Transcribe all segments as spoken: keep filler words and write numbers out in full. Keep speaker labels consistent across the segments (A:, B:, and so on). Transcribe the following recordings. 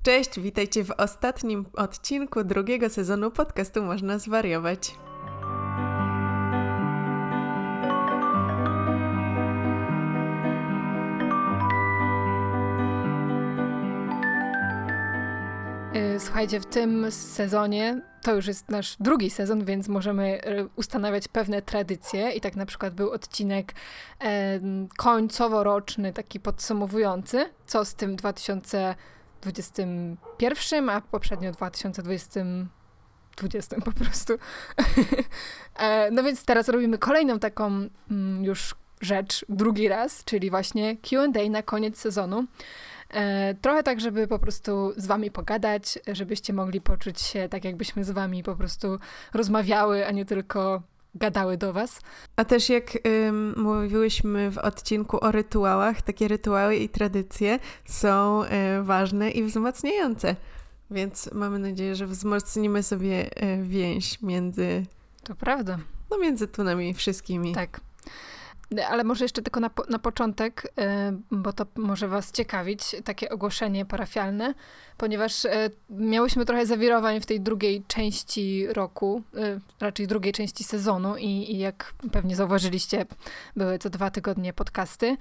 A: cześć, witajcie w ostatnim odcinku drugiego sezonu podcastu Można Zwariować.
B: Słuchajcie, w tym sezonie, to już jest nasz drugi sezon, więc możemy ustanawiać pewne tradycje i tak na przykład był odcinek e, końcowo-roczny, taki podsumowujący, co z tym dwa tysiące dwudziestym pierwszym, a poprzednio dwa tysiące dwudziestym dwudziestym po prostu. e, no więc teraz robimy kolejną taką mm, już rzecz, drugi raz, czyli właśnie Q and A na koniec sezonu. E, trochę tak, żeby po prostu z wami pogadać, żebyście mogli poczuć się tak, jakbyśmy z wami po prostu rozmawiały, a nie tylko gadały do was.
A: A też jak ym, mówiłyśmy w odcinku o rytuałach, takie rytuały i tradycje są y, ważne i wzmacniające. Więc mamy nadzieję, że wzmocnimy sobie y, więź między...
B: To prawda.
A: No między tu nami wszystkimi.
B: Tak. Ale może jeszcze tylko na, po, na początek, bo to może was ciekawić, takie ogłoszenie parafialne, ponieważ miałyśmy trochę zawirowań w tej drugiej części roku, raczej drugiej części sezonu i, i jak pewnie zauważyliście, były co dwa tygodnie podcasty,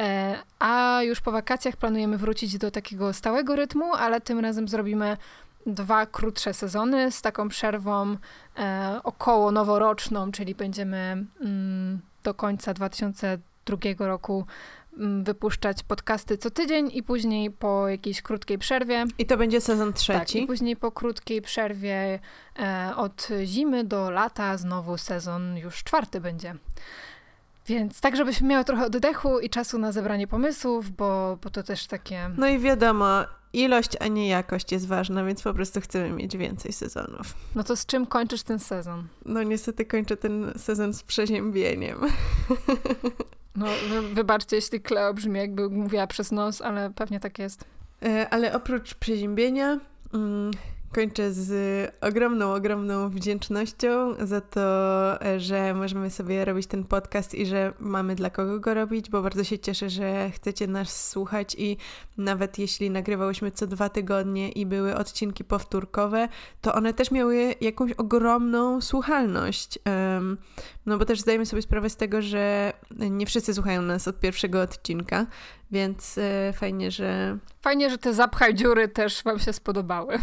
B: a już po wakacjach planujemy wrócić do takiego stałego rytmu, ale tym razem zrobimy dwa krótsze sezony z taką przerwą około noworoczną, czyli będziemy... Mm, do końca dwa tysiące drugiego roku wypuszczać podcasty co tydzień i później po jakiejś krótkiej przerwie.
A: I to będzie sezon trzeci.
B: Tak, i później po krótkiej przerwie e, od zimy do lata znowu sezon już czwarty będzie. Więc tak, żebyśmy miały trochę oddechu i czasu na zebranie pomysłów, bo, bo to też takie...
A: No i wiadomo, ilość, a nie jakość jest ważna, więc po prostu chcemy mieć więcej sezonów.
B: No to z czym kończysz ten sezon?
A: No niestety kończę ten sezon z przeziębieniem.
B: No wy, wybaczcie, jeśli Kleo brzmi jakby mówiła przez nos, ale pewnie tak jest.
A: E, ale oprócz przeziębienia... Mm, kończę z ogromną, ogromną wdzięcznością za to, że możemy sobie robić ten podcast i że mamy dla kogo go robić, bo bardzo się cieszę, że chcecie nas słuchać i nawet jeśli nagrywałyśmy co dwa tygodnie i były odcinki powtórkowe, to one też miały jakąś ogromną słuchalność. Um, no bo też zdajemy sobie sprawę z tego, że nie wszyscy słuchają nas od pierwszego odcinka, więc e, fajnie, że...
B: Fajnie, że te zapchaj dziury też wam się spodobały.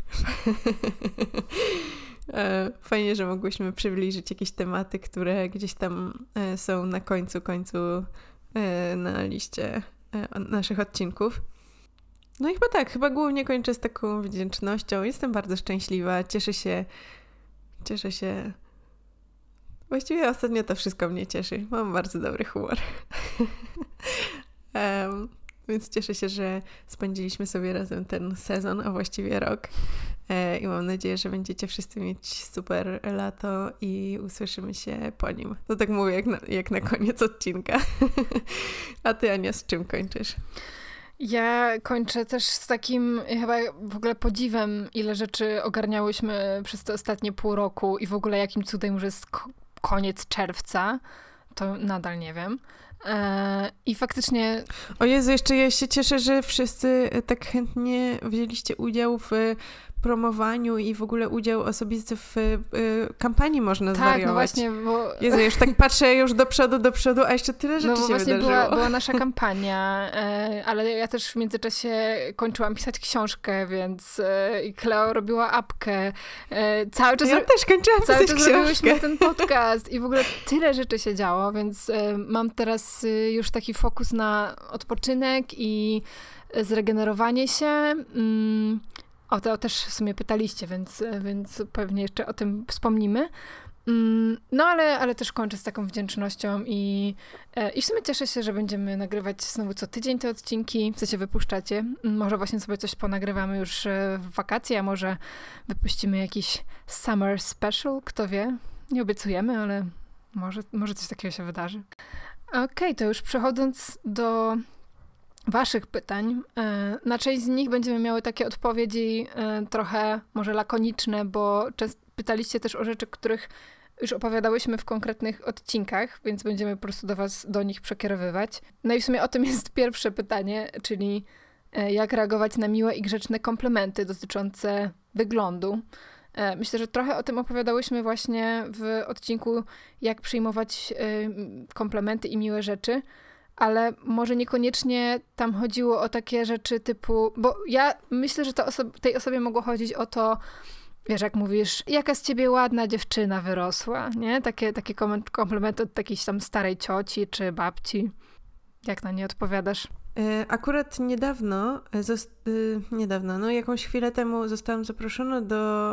A: Fajnie, że mogłyśmy przybliżyć jakieś tematy, które gdzieś tam są na końcu, końcu na liście naszych odcinków. No i chyba tak, chyba głównie kończę z taką wdzięcznością. Jestem bardzo szczęśliwa, cieszę się, cieszę się. Właściwie ostatnio to wszystko mnie cieszy. Mam bardzo dobry humor. um, Więc cieszę się, że spędziliśmy sobie razem ten sezon, a właściwie rok. E, I mam nadzieję, że będziecie wszyscy mieć super lato i usłyszymy się po nim. To tak mówię jak na, jak na koniec odcinka. A ty, Ania, z czym kończysz?
B: Ja kończę też z takim chyba w ogóle podziwem, ile rzeczy ogarniałyśmy przez te ostatnie pół roku i w ogóle jakim cudem już jest ko- koniec czerwca. To nadal nie wiem. I faktycznie...
A: O Jezu, jeszcze ja się cieszę, że wszyscy tak chętnie wzięliście udział w promowaniu i w ogóle udział osobisty w y, kampanii Można Zwariować.
B: Tak, no właśnie, bo...
A: Jezu, ja już tak patrzę już do przodu, do przodu, a jeszcze tyle rzeczy
B: no,
A: się
B: właśnie
A: wydarzyło.
B: Była, była nasza kampania, e, ale ja też w międzyczasie kończyłam pisać książkę, więc e, i Kleo robiła apkę. E, cały czas...
A: Ja też kończyłam
B: cały
A: pisać
B: czas
A: książkę.
B: robiłyśmy ten podcast i w ogóle tyle rzeczy się działo, więc e, mam teraz e, już taki fokus na odpoczynek i zregenerowanie się. Mm, O to też w sumie pytaliście, więc, więc pewnie jeszcze o tym wspomnimy. No ale, ale też kończę z taką wdzięcznością i, i w sumie cieszę się, że będziemy nagrywać znowu co tydzień te odcinki. W sensie wypuszczacie. Może właśnie sobie coś ponagrywamy już w wakacje, a może wypuścimy jakiś summer special, kto wie. Nie obiecujemy, ale może, może coś takiego się wydarzy. Okej, okay, to już przechodząc do waszych pytań. Na część z nich będziemy miały takie odpowiedzi trochę może lakoniczne, bo często pytaliście też o rzeczy, których już opowiadałyśmy w konkretnych odcinkach, więc będziemy po prostu do was do nich przekierowywać. No i w sumie o tym jest pierwsze pytanie, czyli jak reagować na miłe i grzeczne komplementy dotyczące wyglądu. Myślę, że trochę o tym opowiadałyśmy właśnie w odcinku, jak przyjmować komplementy i miłe rzeczy, ale może niekoniecznie tam chodziło o takie rzeczy typu, bo ja myślę, że to oso- tej osobie mogło chodzić o to, wiesz, jak mówisz, jaka z ciebie ładna dziewczyna wyrosła, nie? Takie, takie komplementy od jakiejś tam starej cioci czy babci. Jak na nie odpowiadasz?
A: Akurat niedawno, zost- niedawno, no jakąś chwilę temu zostałam zaproszona do,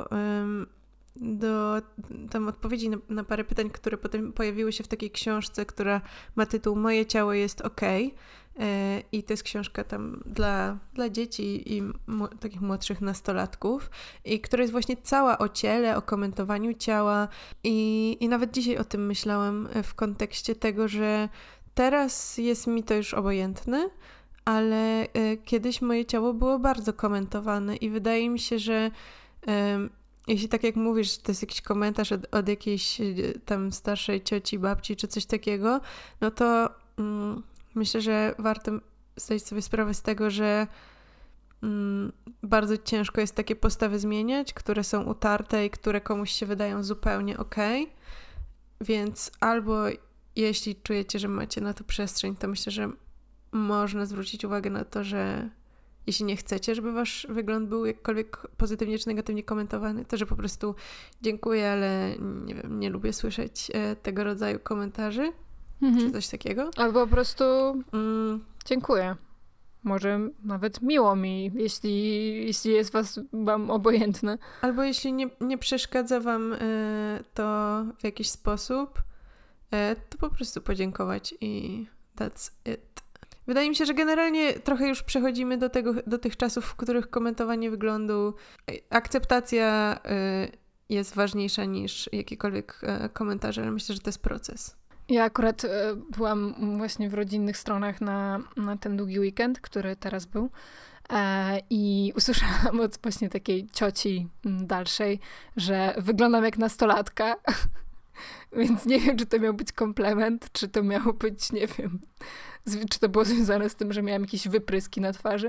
A: do tam odpowiedzi na, na parę pytań, które potem pojawiły się w takiej książce, która ma tytuł Moje ciało jest okej. I to jest książka tam dla, dla dzieci i m- takich młodszych nastolatków, i która jest właśnie cała o ciele, o komentowaniu ciała i, i nawet dzisiaj o tym myślałam w kontekście tego, że teraz jest mi to już obojętne, ale y, kiedyś moje ciało było bardzo komentowane i wydaje mi się, że y, jeśli tak jak mówisz, to jest jakiś komentarz od, od jakiejś y, tam starszej cioci, babci czy coś takiego, no to y, myślę, że warto zdać sobie sprawę z tego, że y, bardzo ciężko jest takie postawy zmieniać, które są utarte i które komuś się wydają zupełnie okej, więc albo jeśli czujecie, że macie na to przestrzeń, to myślę, że można zwrócić uwagę na to, że jeśli nie chcecie, żeby wasz wygląd był jakkolwiek pozytywnie czy negatywnie komentowany, to że po prostu dziękuję, ale nie wiem, nie lubię słyszeć e, tego rodzaju komentarzy, mhm. czy coś takiego.
B: Albo po prostu mm, dziękuję. Może nawet miło mi, jeśli, jeśli jest was wam obojętne.
A: Albo jeśli nie, nie przeszkadza wam e, to w jakiś sposób, e, to po prostu podziękować i that's it. Wydaje mi się, że generalnie trochę już przechodzimy do tego, do tych czasów, w których komentowanie wyglądu, akceptacja y, jest ważniejsza niż jakiekolwiek y, komentarze, ale myślę, że to jest proces.
B: Ja akurat y, byłam właśnie w rodzinnych stronach na, na ten długi weekend, który teraz był, e, i usłyszałam od właśnie takiej cioci dalszej, że wyglądam jak nastolatka. Więc nie wiem, czy to miał być komplement, czy to miało być, nie wiem, czy to było związane z tym, że miałam jakieś wypryski na twarzy.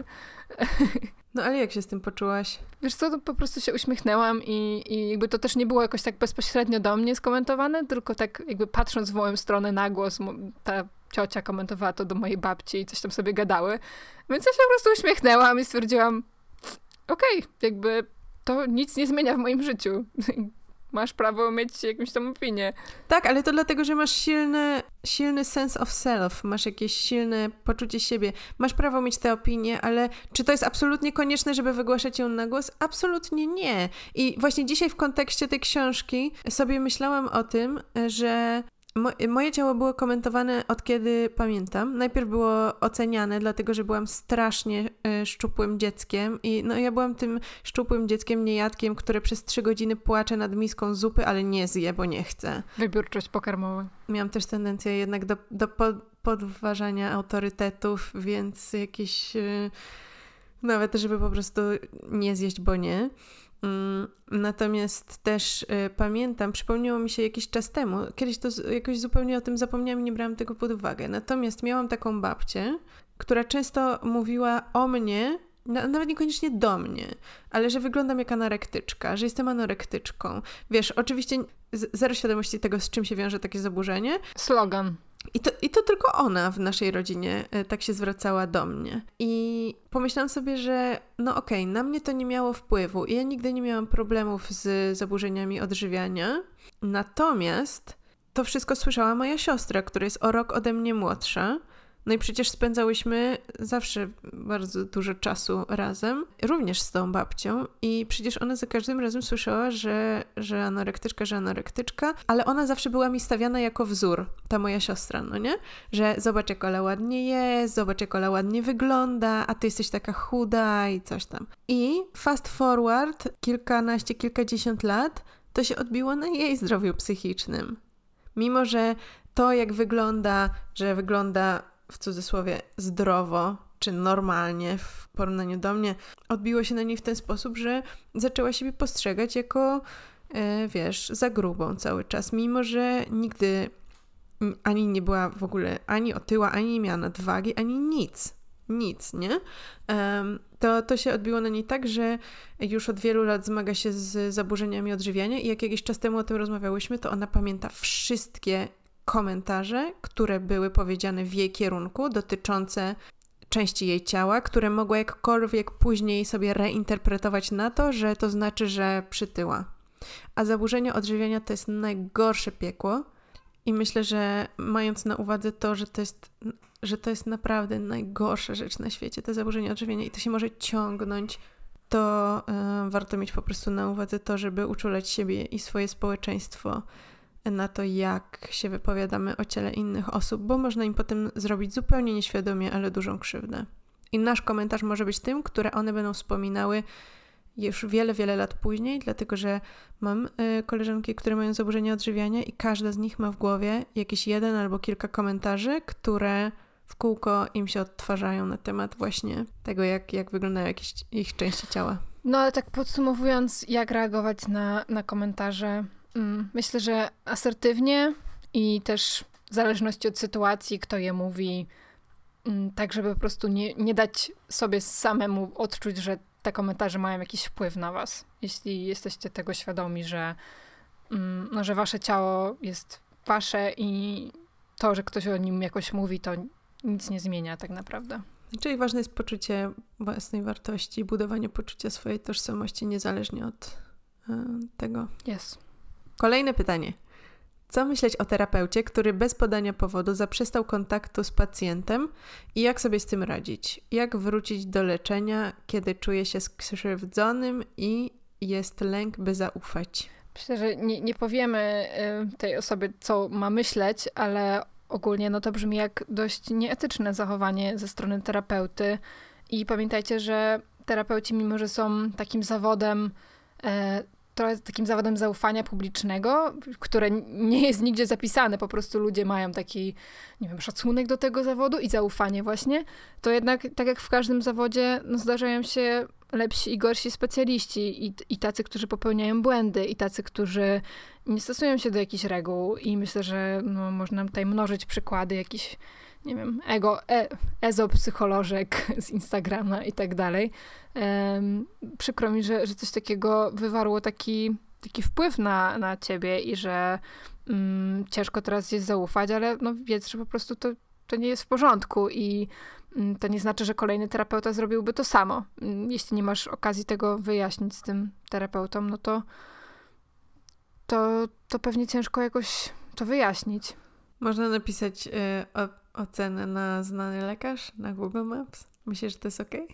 A: No ale jak się z tym poczułaś?
B: Wiesz co, to po prostu się uśmiechnęłam i, i jakby to też nie było jakoś tak bezpośrednio do mnie skomentowane, tylko tak jakby patrząc w moją stronę na głos, ta ciocia komentowała to do mojej babci i coś tam sobie gadały. Więc ja się po prostu uśmiechnęłam i stwierdziłam, okej, okay, jakby to nic nie zmienia w moim życiu. Masz prawo mieć jakąś tam opinię.
A: Tak, ale to dlatego, że masz silny, silny sense of self, masz jakieś silne poczucie siebie. Masz prawo mieć tę opinię, ale czy to jest absolutnie konieczne, żeby wygłaszać ją na głos? Absolutnie nie. I właśnie dzisiaj w kontekście tej książki sobie myślałam o tym, że Mo- moje ciało było komentowane od kiedy pamiętam. Najpierw było oceniane, dlatego że byłam strasznie y, szczupłym dzieckiem i no ja byłam tym szczupłym dzieckiem, niejadkiem, które przez trzy godziny płacze nad miską zupy, ale nie zje, bo nie chce.
B: Wybiórczość pokarmowa.
A: Miałam też tendencję jednak do, do pod, podważania autorytetów, więc jakieś y, nawet żeby po prostu nie zjeść, bo nie. Natomiast też y, pamiętam, przypomniało mi się jakiś czas temu, kiedyś to z, jakoś zupełnie o tym zapomniałam i nie brałam tego pod uwagę. Natomiast miałam taką babcię, która często mówiła o mnie, na, nawet niekoniecznie do mnie, ale że wyglądam jak anorektyczka, że jestem anorektyczką. Wiesz, oczywiście z, zero świadomości tego, z czym się wiąże takie zaburzenie.
B: Slogan.
A: I to, I to tylko ona w naszej rodzinie y, tak się zwracała do mnie. I pomyślałam sobie, że no okej, okay, na mnie to nie miało wpływu i ja nigdy nie miałam problemów z zaburzeniami odżywiania. Natomiast to wszystko słyszała moja siostra, która jest o rok ode mnie młodsza. No i przecież spędzałyśmy zawsze bardzo dużo czasu razem, również z tą babcią i przecież ona za każdym razem słyszała, że, że anorektyczka, że anorektyczka, ale ona zawsze była mi stawiana jako wzór, ta moja siostra, no nie? Że zobacz, jak Ola ładnie jest, zobacz, jak Ola ładnie wygląda, a ty jesteś taka chuda i coś tam. I fast forward, kilkanaście, kilkadziesiąt lat, to się odbiło na jej zdrowiu psychicznym. Mimo, że to, jak wygląda, że wygląda w cudzysłowie zdrowo, czy normalnie w porównaniu do mnie, odbiło się na niej w ten sposób, że zaczęła siebie postrzegać jako, e, wiesz, za grubą cały czas, mimo że nigdy ani nie była w ogóle ani otyła, ani nie miała nadwagi, ani nic. nic, nie? Um, to, to się odbiło na niej tak, że już od wielu lat zmaga się z zaburzeniami odżywiania i jak jakiś czas temu o tym rozmawiałyśmy, to ona pamięta wszystkie komentarze, które były powiedziane w jej kierunku dotyczące części jej ciała, które mogła jakkolwiek później sobie reinterpretować na to, że to znaczy, że przytyła. A zaburzenia odżywiania to jest najgorsze piekło i myślę, że mając na uwadze to, że to jest, że to jest naprawdę najgorsza rzecz na świecie, te zaburzenia odżywiania i to się może ciągnąć, to yy, warto mieć po prostu na uwadze to, żeby uczulać siebie i swoje społeczeństwo na to, jak się wypowiadamy o ciele innych osób, bo można im potem zrobić zupełnie nieświadomie, ale dużą krzywdę. I nasz komentarz może być tym, które one będą wspominały już wiele, wiele lat później, dlatego że mam y, koleżanki, które mają zaburzenia odżywiania i każda z nich ma w głowie jakiś jeden albo kilka komentarzy, które w kółko im się odtwarzają na temat właśnie tego, jak, jak wyglądają jakieś ich części ciała.
B: No ale tak podsumowując, jak reagować na, na komentarze, mm, myślę, że asertywnie i też w zależności od sytuacji, kto je mówi, mm, tak żeby po prostu nie, nie dać sobie samemu odczuć, że te komentarze mają jakiś wpływ na was. Jeśli jesteście tego świadomi, że, mm, no, że wasze ciało jest wasze i to, że ktoś o nim jakoś mówi, to nic nie zmienia tak naprawdę.
A: Czyli ważne jest poczucie własnej wartości, budowanie poczucia swojej tożsamości niezależnie od y, tego.
B: Jest.
A: Kolejne pytanie. Co myśleć o terapeucie, który bez podania powodu zaprzestał kontaktu z pacjentem i jak sobie z tym radzić? Jak wrócić do leczenia, kiedy czuje się skrzywdzonym i jest lęk, by zaufać?
B: Myślę, że nie, nie powiemy y, tej osobie, co ma myśleć, ale ogólnie no to brzmi jak dość nieetyczne zachowanie ze strony terapeuty. I pamiętajcie, że terapeuci, mimo że są takim zawodem, e, trochę takim zawodem zaufania publicznego, które nie jest nigdzie zapisane, po prostu ludzie mają taki, nie wiem, szacunek do tego zawodu i zaufanie właśnie, to jednak, tak jak w każdym zawodzie, no zdarzają się lepsi i gorsi specjaliści i, i tacy, którzy popełniają błędy i tacy, którzy nie stosują się do jakichś reguł i myślę, że no, można tutaj mnożyć przykłady jakichś, nie wiem, ego, e, ezopsycholożek z Instagrama i tak dalej. Um, przykro mi, że, że coś takiego wywarło taki, taki wpływ na, na ciebie i że um, ciężko teraz jest zaufać, ale no wiedz, że po prostu to, to nie jest w porządku i um, to nie znaczy, że kolejny terapeuta zrobiłby to samo. Um, jeśli nie masz okazji tego wyjaśnić z tym terapeutą, no to to, to pewnie ciężko jakoś to wyjaśnić.
A: Można napisać y, o, ocenę na znany lekarz na Google Maps? Myślisz, że to jest okej?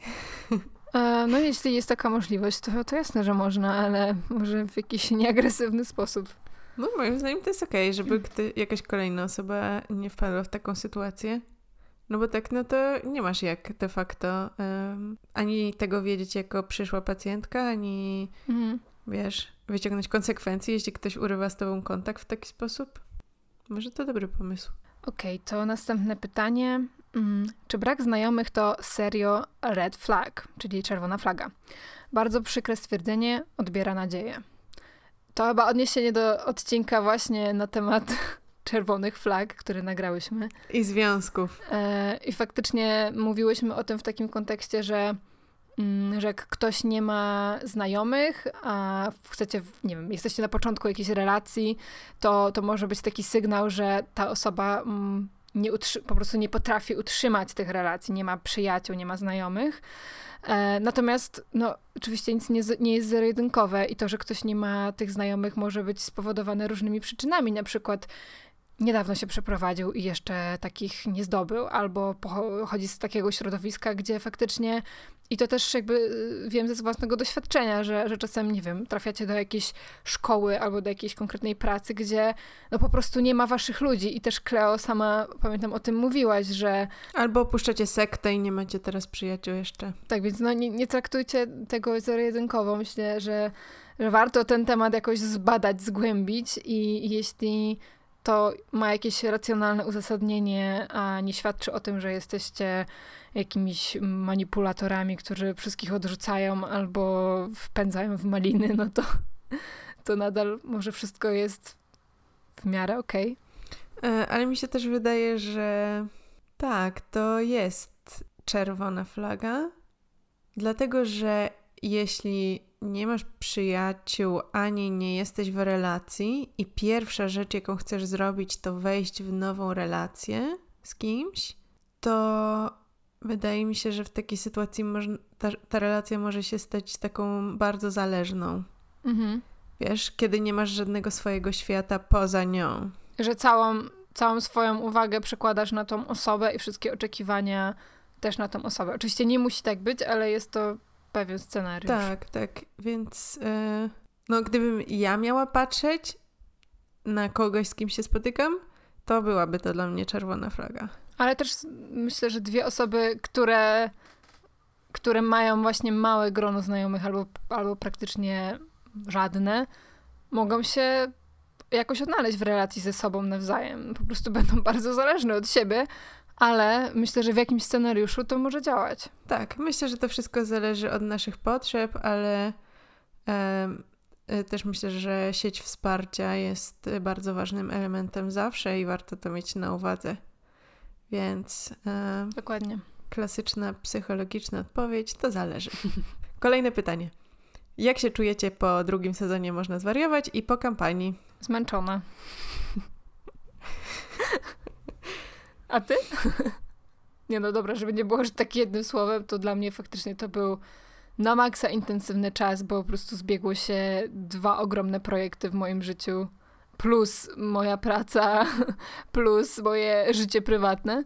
B: E, no jeśli jest taka możliwość, to, to jasne, że można, ale może w jakiś nieagresywny sposób.
A: No moim zdaniem to jest okej, żeby kto, jakaś kolejna osoba nie wpadła w taką sytuację. No bo tak, no to nie masz jak de facto um, ani tego wiedzieć jako przyszła pacjentka, ani mhm. wiesz, wyciągnąć konsekwencje, jeśli ktoś urywa z tobą kontakt w taki sposób. Może to dobry pomysł.
B: Okej, okay, to następne pytanie. Hmm, czy brak znajomych to serio red flag, czyli czerwona flaga? Bardzo przykre stwierdzenie, odbiera nadzieję. To chyba odniesienie do odcinka właśnie na temat czerwonych flag, który nagrałyśmy.
A: I związków.
B: E, I faktycznie mówiłyśmy o tym w takim kontekście, że że jak ktoś nie ma znajomych, a chcecie, nie wiem, jesteście na początku jakiejś relacji, to, to może być taki sygnał, że ta osoba nie utrzy- po prostu nie potrafi utrzymać tych relacji, nie ma przyjaciół, nie ma znajomych. E, natomiast, no, oczywiście nic nie, nie jest zero-jedynkowe i to, że ktoś nie ma tych znajomych, może być spowodowane różnymi przyczynami, na przykład niedawno się przeprowadził i jeszcze takich nie zdobył, albo pochodzi z takiego środowiska, gdzie faktycznie, i to też jakby wiem ze własnego doświadczenia, że, że czasem, nie wiem, trafiacie do jakiejś szkoły albo do jakiejś konkretnej pracy, gdzie no po prostu nie ma waszych ludzi i też Kleo sama, pamiętam, o tym mówiłaś, że...
A: Albo opuszczacie sektę i nie macie teraz przyjaciół jeszcze.
B: Tak, więc no nie, nie traktujcie tego zero-jedynkowo. Myślę, że, że warto ten temat jakoś zbadać, zgłębić i jeśli to ma jakieś racjonalne uzasadnienie, a nie świadczy o tym, że jesteście jakimiś manipulatorami, którzy wszystkich odrzucają albo wpędzają w maliny, no to, to nadal może wszystko jest w miarę okej.
A: Okay. Ale mi się też wydaje, że tak, to jest czerwona flaga, dlatego że jeśli nie masz przyjaciół ani nie jesteś w relacji i pierwsza rzecz, jaką chcesz zrobić, to wejść w nową relację z kimś, to wydaje mi się, że w takiej sytuacji moż- ta, ta relacja może się stać taką bardzo zależną.
B: Mhm.
A: Wiesz, kiedy nie masz żadnego swojego świata poza nią.
B: Że całą, całą swoją uwagę przekładasz na tą osobę i wszystkie oczekiwania też na tą osobę. Oczywiście nie musi tak być, ale jest to pewien scenariusz.
A: Tak, tak. Więc yy, no gdybym ja miała patrzeć na kogoś, z kim się spotykam, to byłaby to dla mnie czerwona flaga.
B: Ale też myślę, że dwie osoby, które, które mają właśnie małe grono znajomych albo, albo praktycznie żadne, mogą się jakoś odnaleźć w relacji ze sobą nawzajem. Po prostu będą bardzo zależne od siebie, ale myślę, że w jakimś scenariuszu to może działać.
A: Tak, myślę, że to wszystko zależy od naszych potrzeb, ale e, też myślę, że sieć wsparcia jest bardzo ważnym elementem zawsze i warto to mieć na uwadze. Więc e,
B: Dokładnie.
A: Klasyczna psychologiczna odpowiedź, to zależy. Kolejne pytanie. Jak się czujecie po drugim sezonie Można Zwariować i po kampanii?
B: Zmęczona. A ty? Nie no dobra, żeby nie było, że tak jednym słowem, to dla mnie faktycznie to był na maksa intensywny czas, bo po prostu zbiegło się dwa ogromne projekty w moim życiu, plus moja praca, plus moje życie prywatne.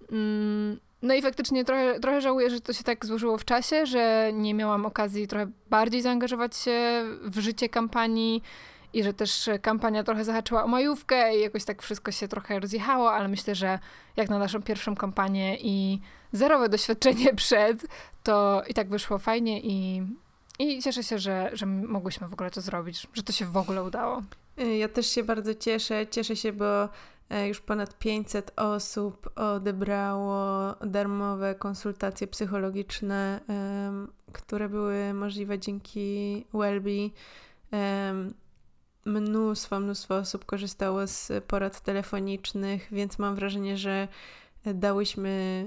B: No i faktycznie trochę, trochę żałuję, że to się tak złożyło w czasie, że nie miałam okazji trochę bardziej zaangażować się w życie kampanii i że też kampania trochę zahaczyła o majówkę i jakoś tak wszystko się trochę rozjechało, ale myślę, że jak na naszą pierwszą kampanię i zerowe doświadczenie przed, to i tak wyszło fajnie i, i cieszę się, że, że mogłyśmy w ogóle to zrobić, że to się w ogóle udało.
A: Ja też się bardzo cieszę. Cieszę się, bo już ponad pięćset osób odebrało darmowe konsultacje psychologiczne, um, które były możliwe dzięki Wellbe. Um, mnóstwo, mnóstwo osób korzystało z porad telefonicznych, więc mam wrażenie, że dałyśmy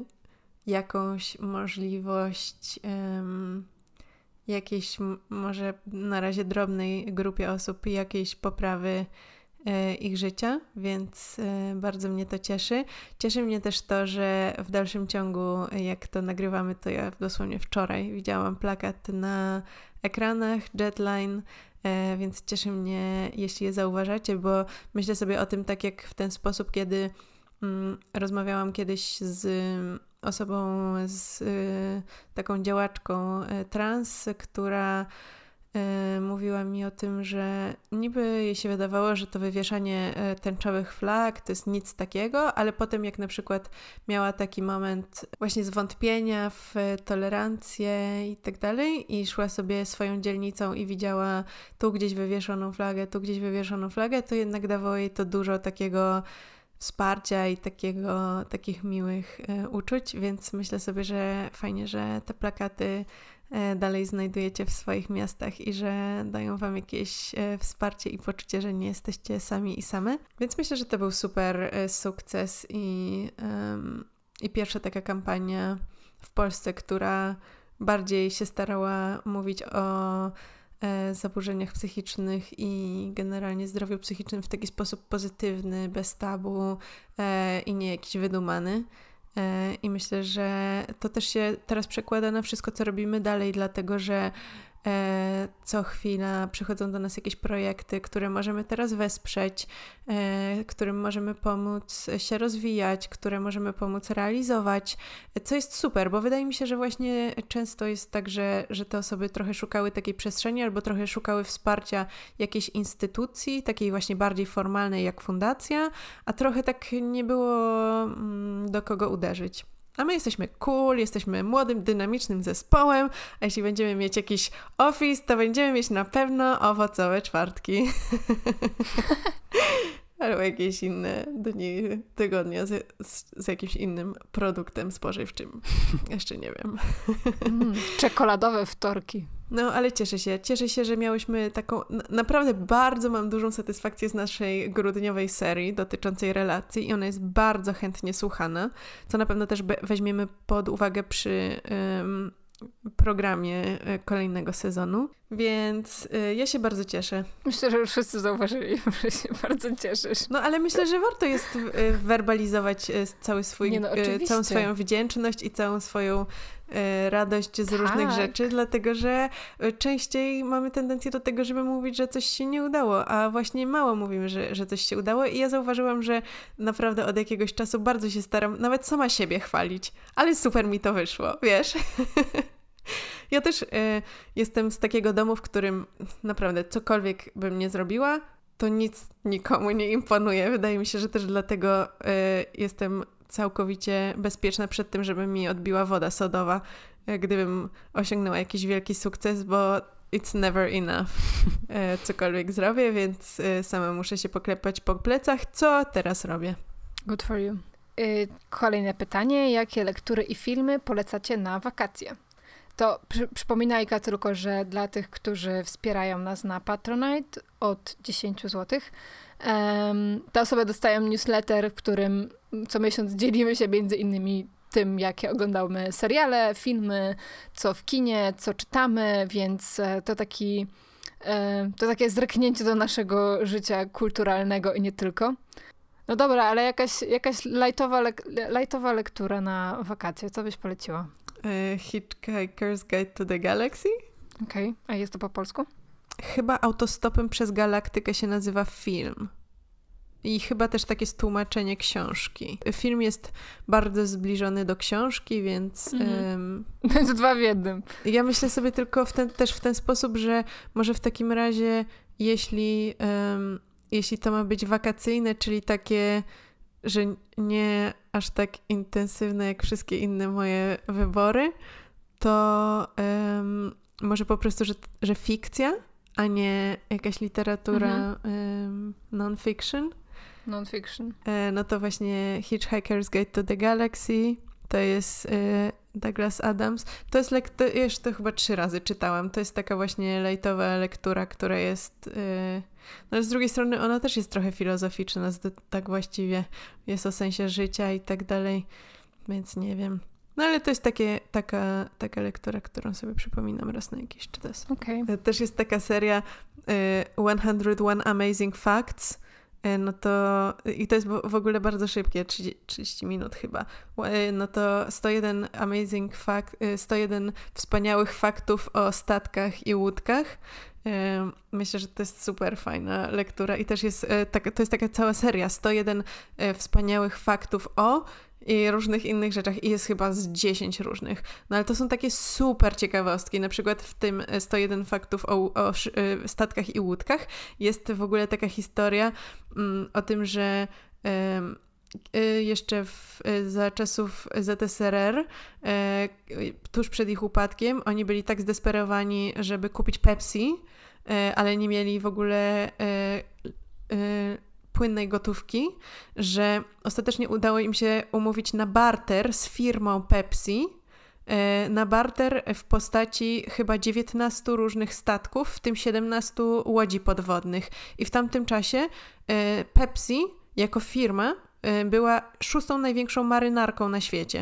A: jakąś możliwość um, jakiejś m- może na razie drobnej grupie osób jakiejś poprawy e, ich życia, więc e, bardzo mnie to cieszy. Cieszy mnie też to, że w dalszym ciągu, jak to nagrywamy, to ja dosłownie wczoraj widziałam plakat na ekranach, Jetline, e, więc cieszy mnie, jeśli je zauważacie, bo myślę sobie o tym tak jak w ten sposób, kiedy mm, rozmawiałam kiedyś z osobą, z y, taką działaczką y, trans, która y, mówiła mi o tym, że niby jej się wydawało, że to wywieszanie y, tęczowych flag to jest nic takiego, ale potem jak na przykład miała taki moment właśnie zwątpienia w tolerancję i tak dalej i szła sobie swoją dzielnicą i widziała tu gdzieś wywieszoną flagę, tu gdzieś wywieszoną flagę, to jednak dawało jej to dużo takiego wsparcia i takiego, takich miłych e, uczuć, więc myślę sobie, że fajnie, że te plakaty e, dalej znajdujecie w swoich miastach i że dają wam jakieś e, wsparcie i poczucie, że nie jesteście sami i same. Więc myślę, że to był super e, sukces i, um, i pierwsza taka kampania w Polsce, która bardziej się starała mówić o zaburzeniach psychicznych i generalnie zdrowiu psychicznym w taki sposób pozytywny, bez tabu e, i nie jakiś wydumany. E, I myślę, że to też się teraz przekłada na wszystko, co robimy dalej, dlatego że e, co chwila przychodzą do nas jakieś projekty, które możemy teraz wesprzeć, e, którym możemy pomóc się rozwijać, które możemy pomóc realizować, co jest super, bo wydaje mi się, że właśnie często jest tak, że, że te osoby trochę szukały takiej przestrzeni albo trochę szukały wsparcia jakiejś instytucji, takiej właśnie bardziej formalnej jak fundacja, a trochę tak nie było mm, do kogo uderzyć. A my jesteśmy cool, jesteśmy młodym, dynamicznym zespołem, a jeśli będziemy mieć jakiś office, to będziemy mieć na pewno owocowe czwartki. Albo jakieś inne dni tygodnia z, z, z jakimś innym produktem spożywczym. Jeszcze nie wiem.
B: Mm, czekoladowe wtorki.
A: No, ale cieszę się. Cieszę się, że miałyśmy taką... Naprawdę bardzo mam dużą satysfakcję z naszej grudniowej serii dotyczącej relacji i ona jest bardzo chętnie słuchana, co na pewno też weźmiemy pod uwagę przy um, programie kolejnego sezonu. Więc y, ja się bardzo cieszę.
B: Myślę, że już wszyscy zauważyli, że się bardzo cieszysz.
A: No, ale myślę, że warto jest y, werbalizować y, cały swój,
B: Nie, no,
A: y, całą swoją wdzięczność i całą swoją y, radość z tak. różnych rzeczy, dlatego że y, częściej mamy tendencję do tego, żeby mówić, że coś się nie udało, a właśnie mało mówimy, że, że coś się udało i ja zauważyłam, że naprawdę od jakiegoś czasu bardzo się staram nawet sama siebie chwalić, ale super mi to wyszło, wiesz? Ja też y, jestem z takiego domu, w którym naprawdę cokolwiek bym nie zrobiła, to nic nikomu nie imponuje. Wydaje mi się, że też dlatego y, jestem całkowicie bezpieczna przed tym, żeby mi odbiła woda sodowa, y, gdybym osiągnęła jakiś wielki sukces, bo it's never enough. Y, cokolwiek zrobię, więc y, sama muszę się poklepać po plecach. Co teraz robię?
B: Good for you. Y, kolejne pytanie. Jakie lektury i filmy polecacie na wakacje? To przy, przypominajka tylko, że dla tych, którzy wspierają nas na Patronite od dziesięć złotych, um, te osoby dostają newsletter, w którym co miesiąc dzielimy się między innymi tym, jakie oglądamy seriale, filmy, co w kinie, co czytamy, więc to taki to takie zreknięcie do naszego życia kulturalnego i nie tylko. No dobra, ale jakaś, jakaś lightowa, lek, lightowa lektura na wakacje, co byś poleciła?
A: Hitchhiker's Guide to the Galaxy.
B: Okej, okay. A jest to po polsku?
A: Chyba Autostopem przez Galaktykę się nazywa film. I chyba też takie jest tłumaczenie książki. Film jest bardzo zbliżony do książki, więc...
B: Mhm. Um, to jest dwa w jednym.
A: Ja myślę sobie tylko w ten, też w ten sposób, że może w takim razie, jeśli, um, jeśli to ma być wakacyjne, czyli takie, że nie aż tak intensywne jak wszystkie inne moje wybory, to um, może po prostu, że, że fikcja, a nie jakaś literatura mhm. um, non-fiction.
B: Non-fiction.
A: E, no to właśnie Hitchhiker's Guide to the Galaxy, to jest e, Douglas Adams. To jest lek- to jeszcze to chyba trzy razy czytałam. To jest taka właśnie lightowa lektura, która jest... E, no ale z drugiej strony ona też jest trochę filozoficzna, tak właściwie jest o sensie życia i tak dalej, więc nie wiem. No ale to jest takie, taka, taka lektura, którą sobie przypominam raz na jakiś czas.
B: Okay.
A: Też jest taka seria y, sto jeden Amazing Facts, y, no to i to jest w ogóle bardzo szybkie, trzydzieści minut chyba. Y, no to sto jeden Amazing Fact, y, sto jeden wspaniałych faktów o statkach i łódkach. Myślę, że to jest super fajna lektura i też jest, to jest taka cała seria, sto jeden wspaniałych faktów o i różnych innych rzeczach i jest chyba z dziesięć różnych. No ale to są takie super ciekawostki, na przykład w tym sto jeden faktów o, o statkach i łódkach jest w ogóle taka historia um, o tym, że um, jeszcze w, za czasów Z S R R, e, tuż przed ich upadkiem, oni byli tak zdesperowani, żeby kupić Pepsi, e, ale nie mieli w ogóle e, e, płynnej gotówki, że ostatecznie udało im się umówić na barter z firmą Pepsi, e, na barter w postaci chyba dziewiętnastu różnych statków, w tym siedemnastu łodzi podwodnych. I w tamtym czasie e, Pepsi jako firma była szóstą największą marynarką na świecie.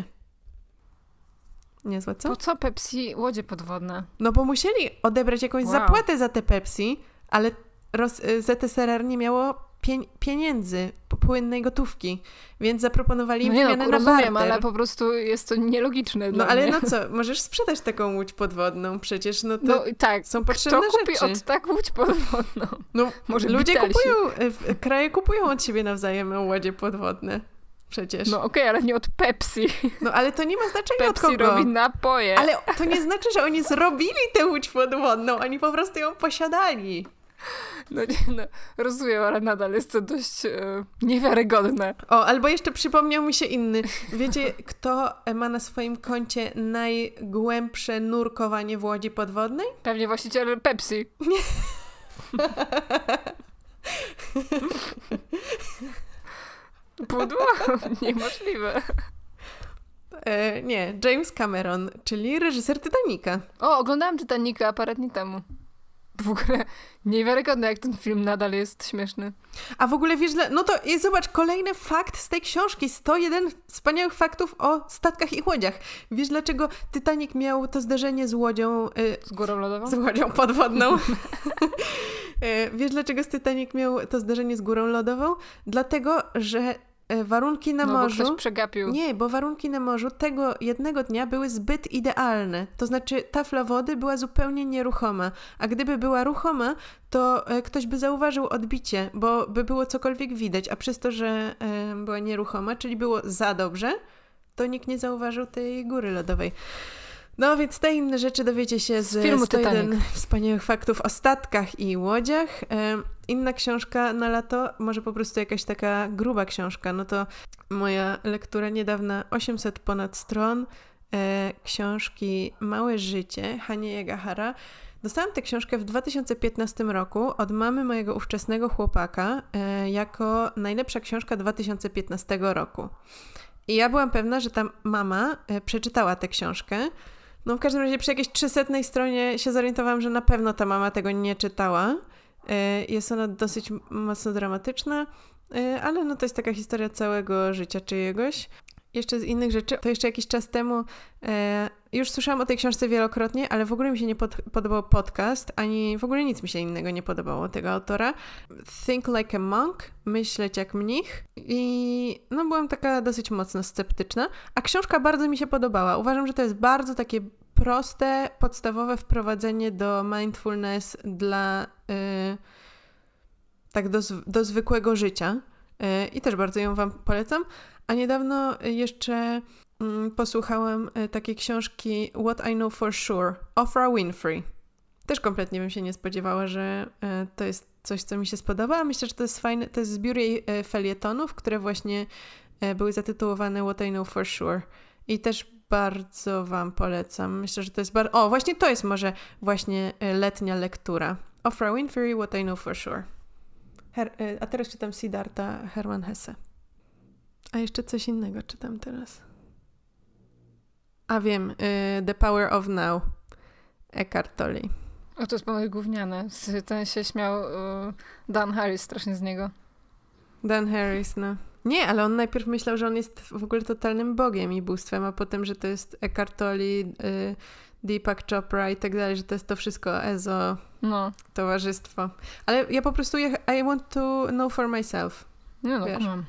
A: Niezłe, co?
B: Po co Pepsi łodzie podwodne?
A: No bo musieli odebrać jakąś wow. zapłatę za te Pepsi, ale roz, Z S R R nie miało pie- pieniędzy, płynnej gotówki, więc zaproponowali im
B: no
A: wymianę
B: no,
A: na
B: rozumiem,
A: barter.
B: ale po prostu jest to nielogiczne
A: No
B: dla
A: ale
B: mnie.
A: no co, możesz sprzedać taką łódź podwodną przecież, no to
B: no, tak.
A: są potrzebne
B: Kto kupi
A: rzeczy.
B: od tak łódź podwodną?
A: No
B: może
A: ludzie
B: Beatlesi.
A: kupują, kraje kupują od siebie nawzajem łodzie podwodne. Przecież.
B: No okej, okay, ale nie od Pepsi.
A: No ale to nie ma znaczenia
B: Pepsi
A: od kogo.
B: robi napoje.
A: Ale to nie znaczy, że oni zrobili tę łódź podwodną, oni po prostu ją posiadali.
B: No, no rozumiem, ale nadal jest to dość e, niewiarygodne.
A: O, albo jeszcze przypomniał mi się inny. Wiecie, kto ma na swoim koncie najgłębsze nurkowanie w łodzi podwodnej?
B: Pewnie właściciel Pepsi.
A: Nie.
B: Pudło? Niemożliwe.
A: E, nie, James Cameron, czyli reżyser Titanica.
B: O, oglądałam Titanica parę dni temu. W ogóle niewiarygodne, jak ten film nadal jest śmieszny.
A: A w ogóle wiesz, no to jest, zobacz, kolejny fakt z tej książki. sto jeden wspaniałych faktów o statkach i łodziach. Wiesz, dlaczego Titanic miał to zderzenie z łodzią... Y,
B: z górą lodową?
A: Z łodzią podwodną. Wiesz, dlaczego Titanic miał to zderzenie z górą lodową? Dlatego, że warunki na
B: no,
A: morzu...
B: bo ktoś przegapił.
A: Nie, bo warunki na morzu tego jednego dnia były zbyt idealne. To znaczy tafla wody była zupełnie nieruchoma, a gdyby była ruchoma, to ktoś by zauważył odbicie, bo by było cokolwiek widać, a przez to, że była nieruchoma, czyli było za dobrze, to nikt nie zauważył tej góry lodowej. No więc te inne rzeczy dowiecie się z, z filmu sto jeden wspaniałych faktów o statkach i łodziach. E, inna książka na lato, może po prostu jakaś taka gruba książka, no to moja lektura niedawna, osiemset ponad stron, e, książki Małe życie Hanie Jagahara. Dostałam tę książkę w dwa tysiące piętnastym roku od mamy mojego ówczesnego chłopaka e, jako najlepsza książka dwa tysiące piętnastego roku. I ja byłam pewna, że ta mama e, przeczytała tę książkę. No w każdym razie przy jakiejś trzysetnej stronie się zorientowałam, że na pewno ta mama tego nie czytała. Jest ona dosyć mocno dramatyczna, ale no to jest taka historia całego życia czyjegoś. Jeszcze z innych rzeczy, to jeszcze jakiś czas temu już słyszałam o tej książce wielokrotnie, ale w ogóle mi się nie pod, podobał podcast, ani w ogóle nic mi się innego nie podobało tego autora. Think Like a Monk, myśleć jak mnich i no byłam taka dosyć mocno sceptyczna, a książka bardzo mi się podobała. Uważam, że to jest bardzo takie proste, podstawowe wprowadzenie do mindfulness dla yy, tak do, do zwykłego życia yy, i też bardzo ją wam polecam. A niedawno jeszcze mm, posłuchałam y, takiej książki What I Know For Sure, Oprah Winfrey. Też kompletnie bym się nie spodziewała, że y, to jest coś, co mi się spodoba. Myślę, że to jest fajne, to jest zbiór jej y, felietonów, które właśnie y, były zatytułowane What I Know For Sure. I też bardzo wam polecam. Myślę, że to jest bardzo... O, właśnie to jest może właśnie y, letnia lektura. Oprah Winfrey, What I Know For Sure. Her- y, a teraz czytam Siddhartha Hermann Hesse. A jeszcze coś innego czytam teraz. A wiem, y, The Power of Now. Eckhart Tolle.
B: O, to jest moje gówniane. Ten się śmiał y, Dan Harris strasznie z niego.
A: Dan Harris, no. Nie, ale on najpierw myślał, że on jest w ogóle totalnym bogiem i bóstwem, a potem, że to jest Eckhart Tolle, y, Deepak Chopra i tak dalej, że to jest to wszystko ezo,
B: no.
A: towarzystwo. Ale ja po prostu, I want to know for myself.
B: Nie no, kumam.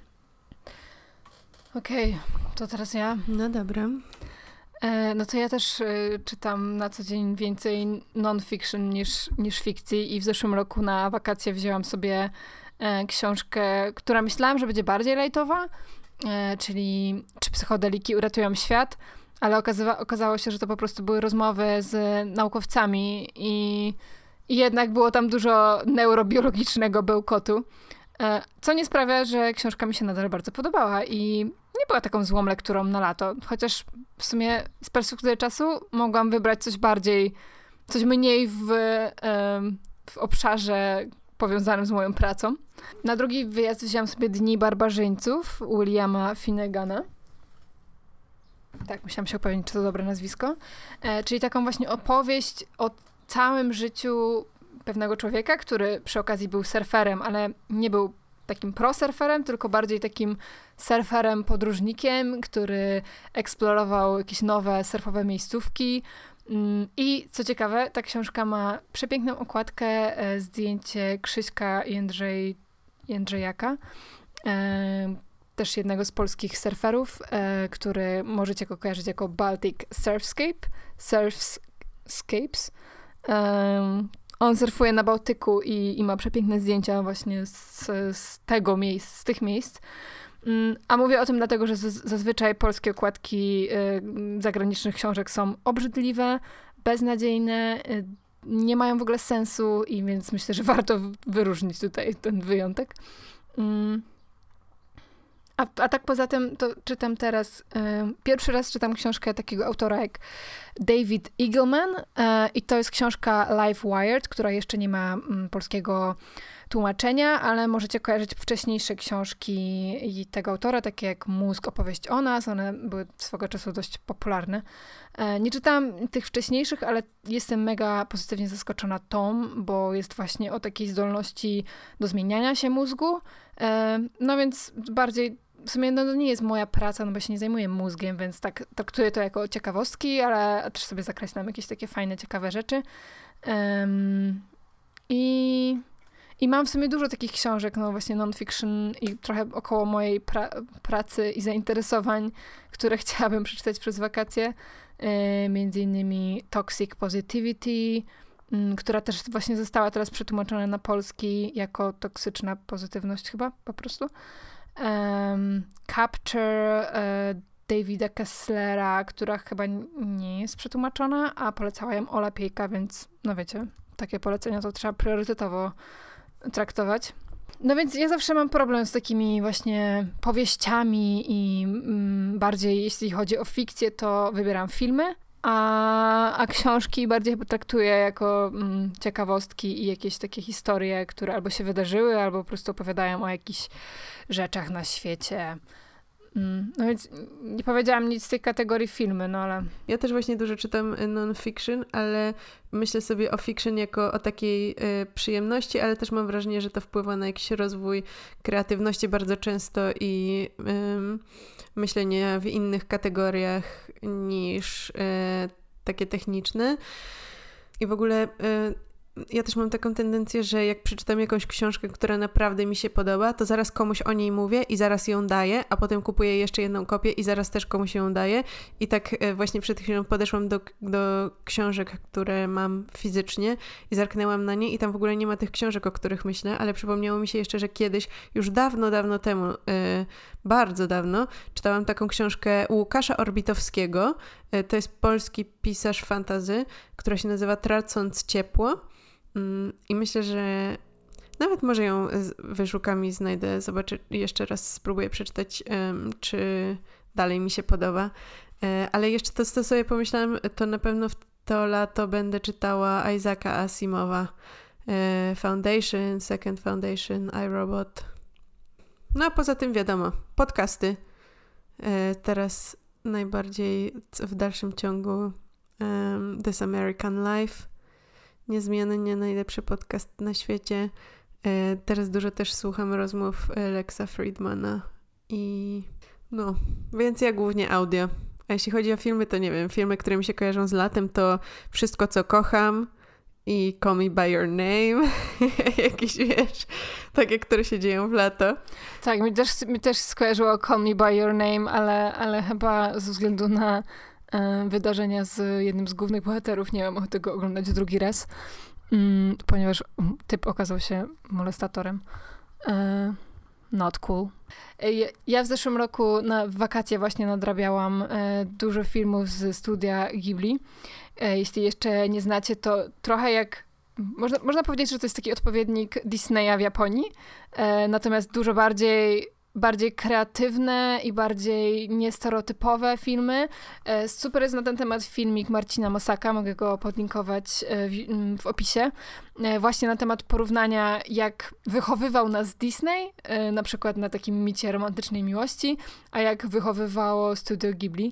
B: Okej, okay, to teraz ja.
A: No dobra.
B: E, no to ja też e, czytam na co dzień więcej non-fiction niż, niż fikcji i w zeszłym roku na wakacje wzięłam sobie e, książkę, która myślałam, że będzie bardziej lajtowa, e, czyli Czy psychodeliki uratują świat, ale okazywa, okazało się, że to po prostu były rozmowy z naukowcami i, i jednak było tam dużo neurobiologicznego bełkotu. Co nie sprawia, że książka mi się nadal bardzo podobała i nie była taką złą lekturą na lato. Chociaż w sumie z perspektywy czasu mogłam wybrać coś bardziej, coś mniej w, w obszarze powiązanym z moją pracą. Na drugi wyjazd wzięłam sobie Dni barbarzyńców Williama Finnegana. Tak, musiałam się upewnić, czy to dobre nazwisko. Czyli taką właśnie opowieść o całym życiu pewnego człowieka, który przy okazji był surferem, ale nie był takim pro-surferem, tylko bardziej takim surferem podróżnikiem, który eksplorował jakieś nowe surfowe miejscówki. I co ciekawe, ta książka ma przepiękną okładkę, zdjęcie Krzyśka Jędrzej, Jędrzejaka, też jednego z polskich surferów, który możecie go kojarzyć jako Baltic Surfscape, Surfscapes. On surfuje na Bałtyku i, i ma przepiękne zdjęcia właśnie z, z tego miejsca, z tych miejsc. A mówię o tym dlatego, że z, zazwyczaj polskie okładki y, zagranicznych książek są obrzydliwe, beznadziejne, y, nie mają w ogóle sensu i więc myślę, że warto wyróżnić tutaj ten wyjątek. Y, A, a tak poza tym to czytam teraz, y, pierwszy raz czytam książkę takiego autora jak David Eagleman y, i to jest książka Life Wired, która jeszcze nie ma mm, polskiego tłumaczenia, ale możecie kojarzyć wcześniejsze książki i tego autora, takie jak Mózg, opowieść o nas. One były swego czasu dość popularne. Nie czytałam tych wcześniejszych, ale jestem mega pozytywnie zaskoczona tą, bo jest właśnie o takiej zdolności do zmieniania się mózgu. No więc bardziej, w sumie no, to nie jest moja praca, no bo się nie zajmuję mózgiem, więc tak traktuję to jako ciekawostki, ale też sobie zakreślam jakieś takie fajne, ciekawe rzeczy. Um, i, I mam w sumie dużo takich książek, no właśnie non-fiction i trochę około mojej pra- pracy i zainteresowań, które chciałabym przeczytać przez wakacje. E, między innymi Toxic Positivity, m, która też właśnie została teraz przetłumaczona na polski jako toksyczna pozytywność chyba po prostu. Um, Capture e, Davida Kesslera, która chyba nie jest przetłumaczona, a polecała ją Ola Piejka, więc no wiecie, takie polecenia to trzeba priorytetowo traktować. No więc ja zawsze mam problem z takimi właśnie powieściami i mm, bardziej jeśli chodzi o fikcję, to wybieram filmy, a, a książki bardziej traktuję jako mm, ciekawostki i jakieś takie historie, które albo się wydarzyły, albo po prostu opowiadają o jakichś rzeczach na świecie. No więc nie powiedziałam nic z tej kategorii filmy, no ale...
A: Ja też właśnie dużo czytam non-fiction, ale myślę sobie o fiction jako o takiej y, przyjemności, ale też mam wrażenie, że to wpływa na jakiś rozwój kreatywności bardzo często i y, myślenie w innych kategoriach niż y, takie techniczne. I w ogóle... Y, ja też mam taką tendencję, że jak przeczytam jakąś książkę, która naprawdę mi się podoba, to zaraz komuś o niej mówię i zaraz ją daję, a potem kupuję jeszcze jedną kopię i zaraz też komuś ją daję. I tak właśnie przed chwilą podeszłam do, do książek, które mam fizycznie i zerknęłam na nie i tam w ogóle nie ma tych książek, o których myślę, ale przypomniało mi się jeszcze, że kiedyś, już dawno, dawno temu, yy, bardzo dawno, czytałam taką książkę Łukasza Orbitowskiego. Yy, to jest polski pisarz fantasy, która się nazywa Tracąc ciepło. I myślę, że nawet może ją wyszukam i znajdę, zobaczę, jeszcze raz spróbuję przeczytać, um, czy dalej mi się podoba. E, ale jeszcze to, co sobie pomyślałam, to na pewno w to lato będę czytała Isaaca Asimowa. E, Foundation, Second Foundation, iRobot. No a poza tym wiadomo, podcasty. E, teraz najbardziej w dalszym ciągu um, This American Life. Niezmiennie najlepszy podcast na świecie. E, teraz dużo też słucham rozmów Lexa Friedmana i no, więc ja głównie audio. A jeśli chodzi o filmy, to nie wiem, filmy, które mi się kojarzą z latem, to Wszystko, co kocham i Call Me By Your Name. Jakieś, wiesz, takie, które się dzieją w lato.
B: Tak, mi też, mi też skojarzyło Call Me By Your Name, ale, ale chyba ze względu na wydarzenia z jednym z głównych bohaterów. Nie mam ochoty go oglądać drugi raz, mm, ponieważ typ okazał się molestatorem. E, not cool. E, ja w zeszłym roku na wakacje właśnie nadrabiałam e, dużo filmów z studia Ghibli. E, jeśli jeszcze nie znacie, to trochę jak można, można powiedzieć, że to jest taki odpowiednik Disneya w Japonii, e, natomiast dużo bardziej bardziej kreatywne i bardziej niestereotypowe filmy. Super jest na ten temat filmik Marcina Mosaka, mogę go podlinkować w, w opisie. Właśnie na temat porównania, jak wychowywał nas Disney, na przykład na takim micie romantycznej miłości, a jak wychowywało Studio Ghibli.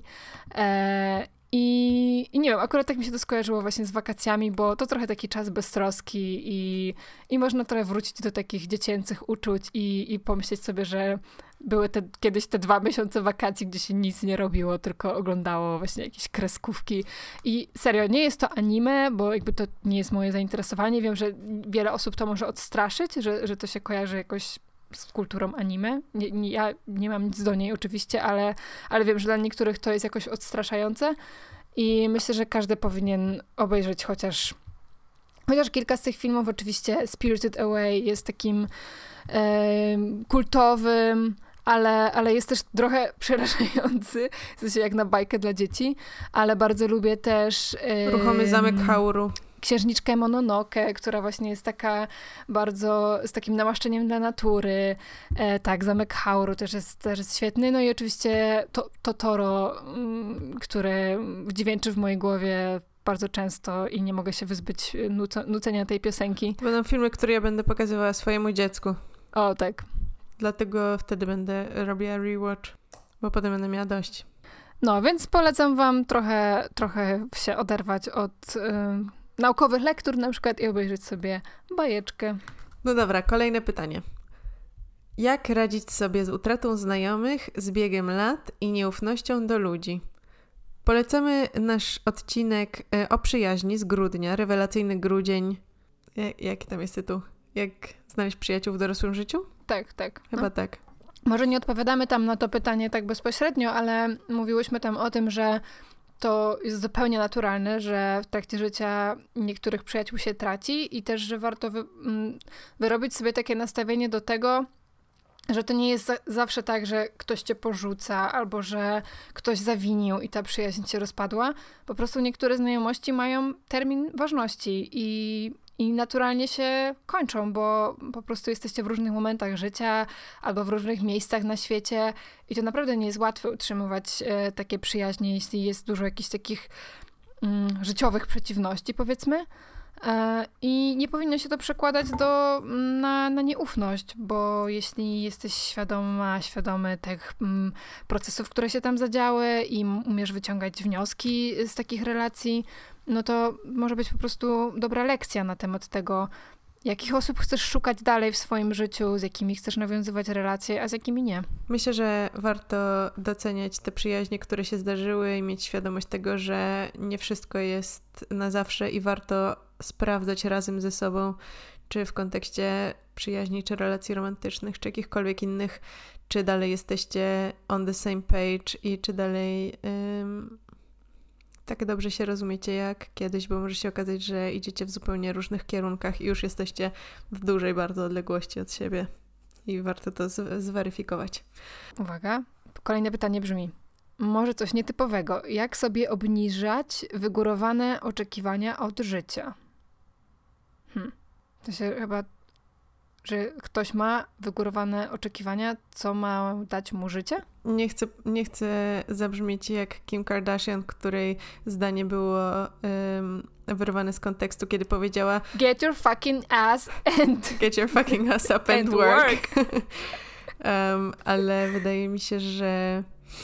B: I, I nie wiem, akurat tak mi się to skojarzyło właśnie z wakacjami, bo to trochę taki czas beztroski i, i można trochę wrócić do takich dziecięcych uczuć i, i pomyśleć sobie, że były te, kiedyś te dwa miesiące wakacji, gdzie się nic nie robiło, tylko oglądało właśnie jakieś kreskówki. I serio, nie jest to anime, bo jakby to nie jest moje zainteresowanie. Wiem, że wiele osób to może odstraszyć, że, że to się kojarzy jakoś z kulturą anime. Nie, nie, ja nie mam nic do niej oczywiście, ale, ale wiem, że dla niektórych to jest jakoś odstraszające i myślę, że każdy powinien obejrzeć chociaż chociaż kilka z tych filmów. Oczywiście Spirited Away jest takim e, kultowym, ale, ale jest też trochę przerażający, w sensie jak na bajkę dla dzieci, ale bardzo lubię też e,
A: Ruchomy Zamek Hauru.
B: Księżniczkę Mononoke, która właśnie jest taka bardzo, z takim namaszczeniem dla natury. E, tak, Zamek Hauru też jest, też jest świetny. No i oczywiście to, Totoro, m, które dźwięczy w mojej głowie bardzo często i nie mogę się wyzbyć nuc- nucenia tej piosenki.
A: To będą filmy, które ja będę pokazywała swojemu dziecku.
B: O, tak.
A: Dlatego wtedy będę robiła rewatch, bo potem będę miała dość.
B: No, więc polecam wam trochę, trochę się oderwać od y, naukowych lektur na przykład i obejrzeć sobie bajeczkę.
A: No dobra, kolejne pytanie. Jak radzić sobie z utratą znajomych, z biegiem lat i nieufnością do ludzi? Polecamy nasz odcinek o przyjaźni z grudnia, rewelacyjny grudzień. Jak, jaki tam jest tytuł? Jak znaleźć przyjaciół w dorosłym życiu?
B: Tak, tak.
A: Chyba
B: no.
A: tak.
B: Może nie odpowiadamy tam na to pytanie tak bezpośrednio, ale mówiłyśmy tam o tym, że to jest zupełnie naturalne, że w trakcie życia niektórych przyjaciół się traci i też, że warto wy, wyrobić sobie takie nastawienie do tego, że to nie jest za- zawsze tak, że ktoś cię porzuca albo że ktoś zawinił i ta przyjaźń się rozpadła. Po prostu niektóre znajomości mają termin ważności i, i naturalnie się kończą, bo po prostu jesteście w różnych momentach życia albo w różnych miejscach na świecie i to naprawdę nie jest łatwe utrzymywać e, takie przyjaźnie, jeśli jest dużo jakichś takich mm, życiowych przeciwności, powiedzmy. I nie powinno się to przekładać do, na, na nieufność, bo jeśli jesteś świadoma, świadomy tych mm, procesów, które się tam zadziały i umiesz wyciągać wnioski z takich relacji, no to może być po prostu dobra lekcja na temat tego, jakich osób chcesz szukać dalej w swoim życiu, z jakimi chcesz nawiązywać relacje, a z jakimi nie.
A: Myślę, że warto doceniać te przyjaźnie, które się zdarzyły i mieć świadomość tego, że nie wszystko jest na zawsze i warto sprawdzać razem ze sobą, czy w kontekście przyjaźni, czy relacji romantycznych, czy jakichkolwiek innych, czy dalej jesteście on the same page i czy dalej um, tak dobrze się rozumiecie jak kiedyś, bo może się okazać, że idziecie w zupełnie różnych kierunkach i już jesteście w dużej bardzo odległości od siebie i warto to z- zweryfikować.
B: Uwaga, kolejne pytanie brzmi: może coś nietypowego. Jak sobie obniżać wygórowane oczekiwania od życia? Hmm. To się chyba, że ktoś ma wygórowane oczekiwania, co ma dać mu życie?
A: Nie chcę, nie chcę zabrzmieć jak Kim Kardashian, której zdanie było um, wyrwane z kontekstu, kiedy powiedziała
B: Get your fucking ass and...
A: Get your fucking ass up and,
B: and
A: work. work. um, ale wydaje mi się, że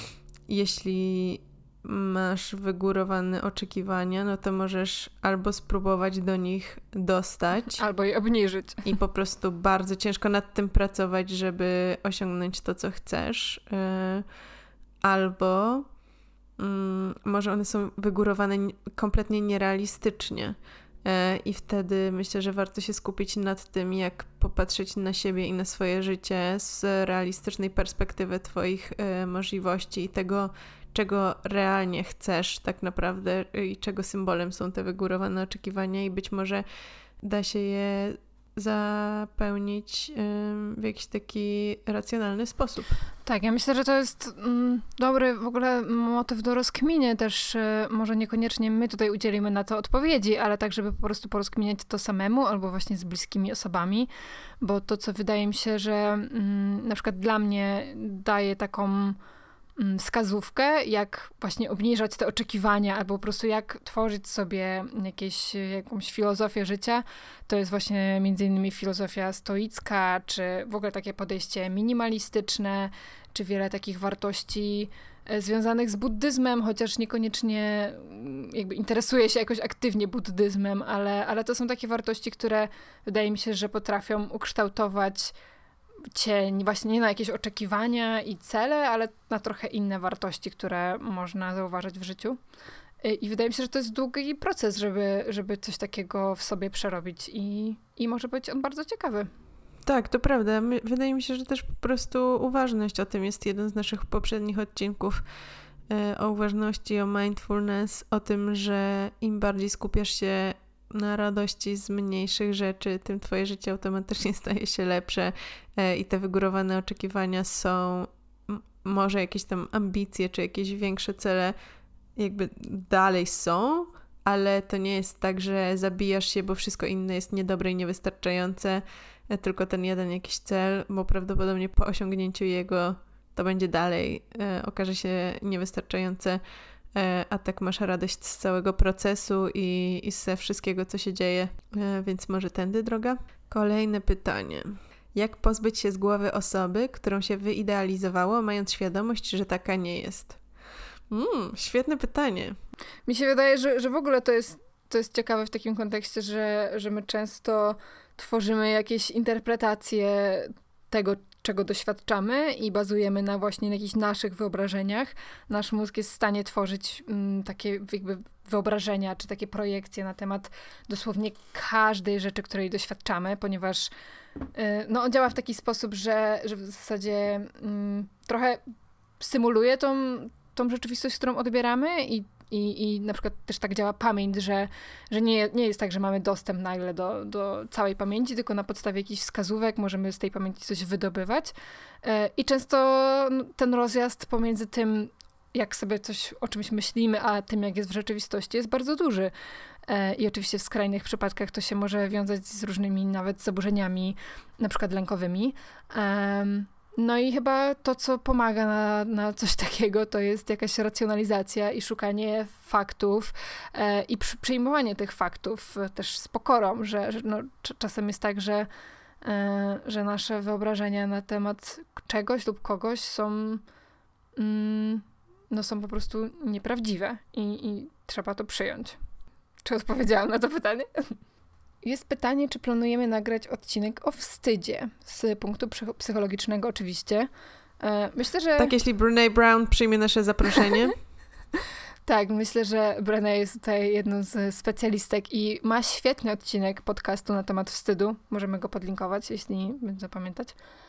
A: jeśli masz wygórowane oczekiwania, no to możesz albo spróbować do nich dostać.
B: Albo je obniżyć.
A: I po prostu bardzo ciężko nad tym pracować, żeby osiągnąć to, co chcesz. Albo um, może one są wygórowane kompletnie nierealistycznie. I wtedy myślę, że warto się skupić nad tym, jak popatrzeć na siebie i na swoje życie z realistycznej perspektywy twoich możliwości i tego, czego realnie chcesz tak naprawdę i czego symbolem są te wygórowane oczekiwania i być może da się je zapełnić w jakiś taki racjonalny sposób.
B: Tak, ja myślę, że to jest mm, dobry w ogóle motyw do rozkminy też, y, może niekoniecznie my tutaj udzielimy na to odpowiedzi, ale tak, żeby po prostu porozkminiać to samemu albo właśnie z bliskimi osobami, bo to, co wydaje mi się, że mm, na przykład dla mnie daje taką wskazówkę, jak właśnie obniżać te oczekiwania, albo po prostu jak tworzyć sobie jakieś, jakąś filozofię życia, to jest właśnie między innymi filozofia stoicka, czy w ogóle takie podejście minimalistyczne, czy wiele takich wartości związanych z buddyzmem, chociaż niekoniecznie jakby interesuję się jakoś aktywnie buddyzmem, ale, ale to są takie wartości, które wydaje mi się, że potrafią ukształtować cię właśnie nie na jakieś oczekiwania i cele, ale na trochę inne wartości, które można zauważyć w życiu. I wydaje mi się, że to jest długi proces, żeby, żeby coś takiego w sobie przerobić i, i może być on bardzo ciekawy.
A: Tak, to prawda. My, wydaje mi się, że też po prostu uważność, o tym jest jeden z naszych poprzednich odcinków, e, o uważności, o mindfulness, o tym, że im bardziej skupiasz się na radości z mniejszych rzeczy, tym twoje życie automatycznie staje się lepsze e, i te wygórowane oczekiwania są m- może jakieś tam ambicje, czy jakieś większe cele jakby dalej są, ale to nie jest tak, że zabijasz się, bo wszystko inne jest niedobre i niewystarczające, e, tylko ten jeden jakiś cel, bo prawdopodobnie po osiągnięciu jego to będzie dalej, e, okaże się niewystarczające a tak masz radość z całego procesu i, i ze wszystkiego, co się dzieje. Więc może tędy droga? Kolejne pytanie. Jak pozbyć się z głowy osoby, którą się wyidealizowało, mając świadomość, że taka nie jest? Mm, świetne pytanie.
B: Mi się wydaje, że, że w ogóle to jest, to jest ciekawe w takim kontekście, że, że my często tworzymy jakieś interpretacje tego, czego doświadczamy i bazujemy na właśnie na jakichś naszych wyobrażeniach. Nasz mózg jest w stanie tworzyć mm, takie jakby wyobrażenia, czy takie projekcje na temat dosłownie każdej rzeczy, której doświadczamy, ponieważ yy, no, on działa w taki sposób, że, że w zasadzie yy, trochę symuluje tą, tą rzeczywistość, którą odbieramy i I, I na przykład też tak działa pamięć, że, że nie, nie jest tak, że mamy dostęp nagle do, do całej pamięci, tylko na podstawie jakichś wskazówek możemy z tej pamięci coś wydobywać. I często ten rozjazd pomiędzy tym, jak sobie coś o czymś myślimy, a tym, jak jest w rzeczywistości, jest bardzo duży. I oczywiście w skrajnych przypadkach to się może wiązać z różnymi nawet zaburzeniami, na przykład lękowymi. No i chyba to, co pomaga na, na coś takiego, to jest jakaś racjonalizacja i szukanie faktów e, i przy, przyjmowanie tych faktów e, też z pokorą, że, że no, cz- czasem jest tak, że, e, że nasze wyobrażenia na temat czegoś lub kogoś są, mm, no, są po prostu nieprawdziwe i, i trzeba to przyjąć. Czy odpowiedziałam na to pytanie? Jest pytanie, czy planujemy nagrać odcinek o wstydzie, z punktu psychologicznego oczywiście. Myślę, że...
A: Tak, jeśli Brené Brown przyjmie nasze zaproszenie.
B: Tak, myślę, że Brené jest tutaj jedną z specjalistek i ma świetny odcinek podcastu na temat wstydu. Możemy go podlinkować, jeśli będę pamiętać.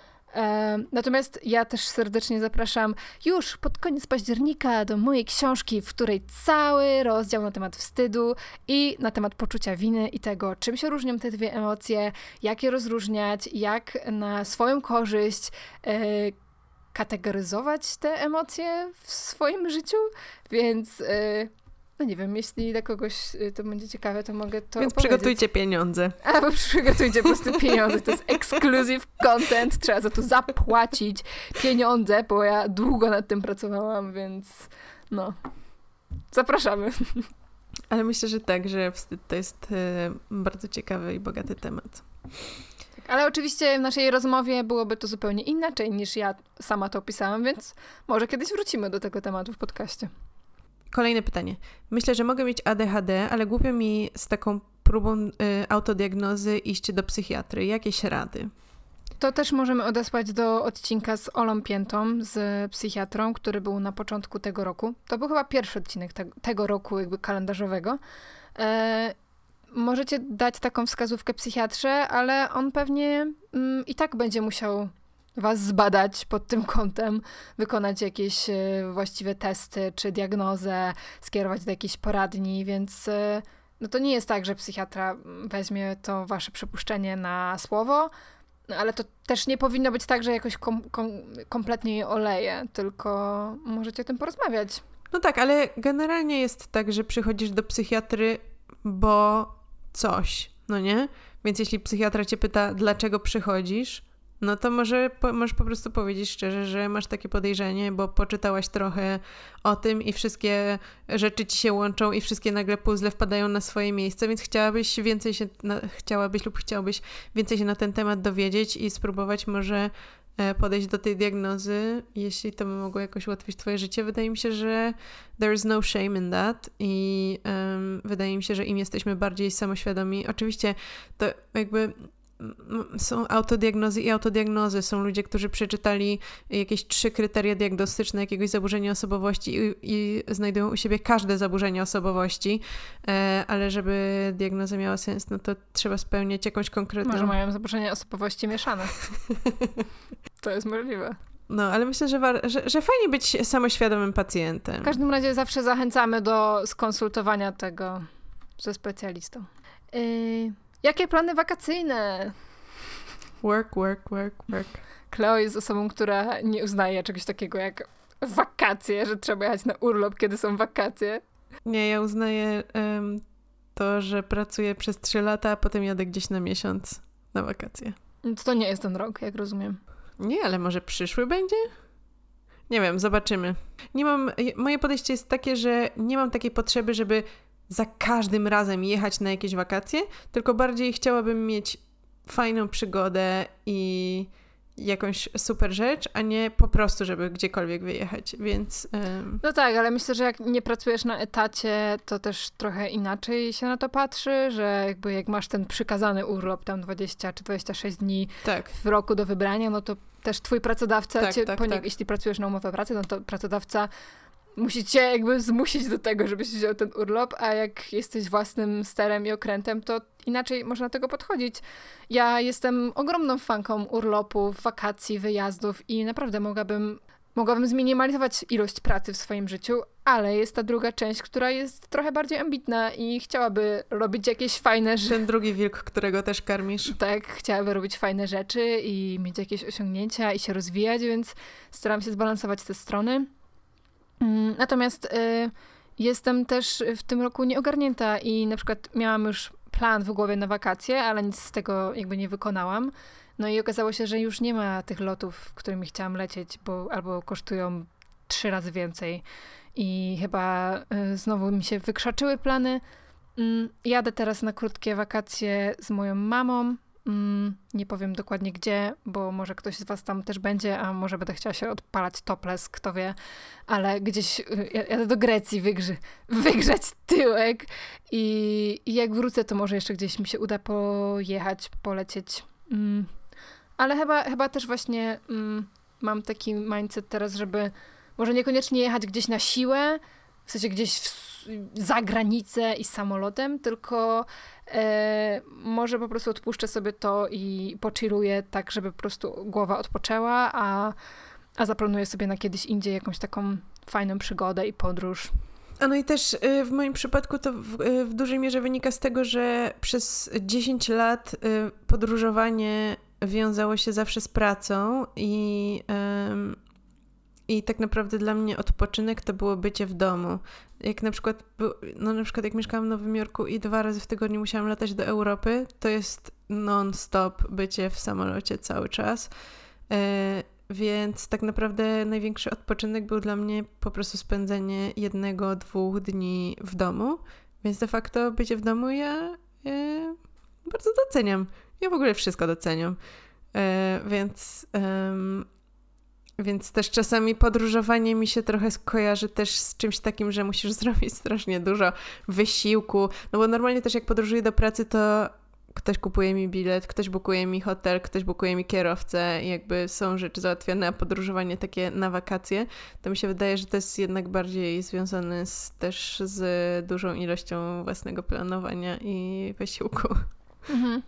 B: Natomiast ja też serdecznie zapraszam już pod koniec października do mojej książki, w której cały rozdział na temat wstydu i na temat poczucia winy i tego, czym się różnią te dwie emocje, jak je rozróżniać, jak na swoją korzyść e, kategoryzować te emocje w swoim życiu, więc e, no nie wiem, jeśli dla kogoś to będzie ciekawe, to mogę to
A: Więc
B: opowiedzieć.
A: przygotujcie pieniądze.
B: Albo przygotujcie po prostu pieniądze. To jest exclusive content. Trzeba za to zapłacić pieniądze, bo ja długo nad tym pracowałam, więc no. Zapraszamy.
A: Ale myślę, że tak, że wstyd to jest e, bardzo ciekawy i bogaty temat.
B: Tak, ale oczywiście w naszej rozmowie byłoby to zupełnie inaczej niż ja sama to opisałam, więc może kiedyś wrócimy do tego tematu w podcaście.
A: Kolejne pytanie. Myślę, że mogę mieć A D H D, ale głupio mi z taką próbą y, autodiagnozy iść do psychiatry. Jakieś rady?
B: To też możemy odesłać do odcinka z Olą Piętą, z psychiatrą, który był na początku tego roku. To był chyba pierwszy odcinek te, tego roku jakby kalendarzowego. E, możecie dać taką wskazówkę psychiatrze, ale on pewnie mm, i tak będzie musiał was zbadać pod tym kątem, wykonać jakieś y, właściwe testy czy diagnozę, skierować do jakiejś poradni, więc y, no to nie jest tak, że psychiatra weźmie to wasze przypuszczenie na słowo, ale to też nie powinno być tak, że jakoś kom, kom, kompletnie je oleje, tylko możecie o tym porozmawiać.
A: No tak, ale generalnie jest tak, że przychodzisz do psychiatry, bo coś, no nie? Więc jeśli psychiatra cię pyta, dlaczego przychodzisz, no to może po, możesz po prostu powiedzieć szczerze, że masz takie podejrzenie, bo poczytałaś trochę o tym i wszystkie rzeczy ci się łączą i wszystkie nagle puzzle wpadają na swoje miejsce, więc chciałabyś więcej się, na, chciałabyś lub chciałbyś więcej się na ten temat dowiedzieć i spróbować może podejść do tej diagnozy, jeśli to by mogło jakoś ułatwić twoje życie. Wydaje mi się, że there is no shame in that i um, wydaje mi się, że im jesteśmy bardziej samoświadomi. Oczywiście to jakby są autodiagnozy i autodiagnozy. Są ludzie, którzy przeczytali jakieś trzy kryteria diagnostyczne jakiegoś zaburzenia osobowości i, i znajdują u siebie każde zaburzenie osobowości, e, ale żeby diagnoza miała sens, no to trzeba spełniać jakąś konkretną...
B: Może mają zaburzenia osobowości mieszane. To jest możliwe.
A: No, ale myślę, że, war- że, że fajnie być samoświadomym pacjentem.
B: W każdym razie zawsze zachęcamy do skonsultowania tego ze specjalistą. Yy... Jakie plany wakacyjne?
A: Work, work, work, work.
B: Cleo jest osobą, która nie uznaje czegoś takiego jak wakacje, że trzeba jechać na urlop, kiedy są wakacje.
A: Nie, ja uznaję um, to, że pracuję przez trzy lata, a potem jadę gdzieś na miesiąc na wakacje.
B: To nie jest ten rok, jak rozumiem.
A: Nie, ale może przyszły będzie? Nie wiem, zobaczymy. Nie mam, moje podejście jest takie, że nie mam takiej potrzeby, żeby za każdym razem jechać na jakieś wakacje, tylko bardziej chciałabym mieć fajną przygodę i jakąś super rzecz, a nie po prostu, żeby gdziekolwiek wyjechać, więc... Um...
B: No tak, ale myślę, że jak nie pracujesz na etacie, to też trochę inaczej się na to patrzy, że jakby jak masz ten przykazany urlop, tam dwadzieścia czy dwadzieścia sześć dni
A: tak.
B: w roku do wybrania, no to też twój pracodawca,
A: tak,
B: cię,
A: tak,
B: ponie-
A: tak.
B: jeśli pracujesz na umowę pracy, no to pracodawca musi cię jakby zmusić do tego, żebyś wziął ten urlop, a jak jesteś własnym sterem i okrętem, to inaczej można do tego podchodzić. Ja jestem ogromną fanką urlopów, wakacji, wyjazdów i naprawdę mogłabym, mogłabym zminimalizować ilość pracy w swoim życiu, ale jest ta druga część, która jest trochę bardziej ambitna i chciałaby robić jakieś fajne rzeczy.
A: Ten drugi wilk, którego też karmisz.
B: Tak, chciałaby robić fajne rzeczy i mieć jakieś osiągnięcia i się rozwijać, więc staram się zbalansować te strony. Natomiast y, jestem też w tym roku nieogarnięta i na przykład miałam już plan w głowie na wakacje, ale nic z tego jakby nie wykonałam. No i okazało się, że już nie ma tych lotów, którymi chciałam lecieć, bo albo kosztują trzy razy więcej i chyba y, znowu mi się wykrzaczyły plany. Y, jadę teraz na krótkie wakacje z moją mamą. Mm, nie powiem dokładnie gdzie, bo może ktoś z was tam też będzie, a może będę chciała się odpalać topless, kto wie, ale gdzieś ja, jadę do Grecji wygrzy, wygrzać tyłek i, i jak wrócę, to może jeszcze gdzieś mi się uda pojechać, polecieć. Mm. Ale chyba, chyba też właśnie mm, mam taki mindset teraz, żeby może niekoniecznie jechać gdzieś na siłę, w sensie gdzieś w, za granicę i samolotem, tylko e, może po prostu odpuszczę sobie to i pochilluję tak, żeby po prostu głowa odpoczęła, a, a zaplanuję sobie na kiedyś indziej jakąś taką fajną przygodę i podróż.
A: A no i też y, w moim przypadku to w, y, w dużej mierze wynika z tego, że przez dziesięć lat y, podróżowanie wiązało się zawsze z pracą i y, I tak naprawdę dla mnie odpoczynek to było bycie w domu. Jak na przykład, no na przykład jak mieszkałam w Nowym Jorku i dwa razy w tygodniu musiałam latać do Europy, to jest non-stop bycie w samolocie cały czas. Yy, więc tak naprawdę największy odpoczynek był dla mnie po prostu spędzenie jednego, dwóch dni w domu. Więc de facto bycie w domu ja yy, bardzo doceniam. Ja w ogóle wszystko doceniam. Yy, więc... Yy, Więc też czasami podróżowanie mi się trochę kojarzy też z czymś takim, że musisz zrobić strasznie dużo wysiłku. No bo normalnie też jak podróżuję do pracy, to ktoś kupuje mi bilet, ktoś bukuje mi hotel, ktoś bukuje mi kierowcę i jakby są rzeczy załatwione, a podróżowanie takie na wakacje, to mi się wydaje, że to jest jednak bardziej związane z, też z dużą ilością własnego planowania i wysiłku.
B: Mhm.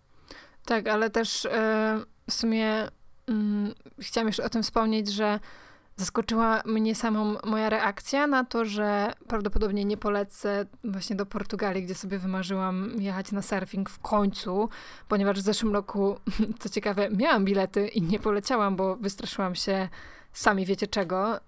B: Tak, ale też yy, w sumie Hmm, chciałam jeszcze o tym wspomnieć, że zaskoczyła mnie samą moja reakcja na to, że prawdopodobnie nie polecę właśnie do Portugalii, gdzie sobie wymarzyłam jechać na surfing w końcu, ponieważ w zeszłym roku, co ciekawe, miałam bilety i nie poleciałam, bo wystraszyłam się sami wiecie czego.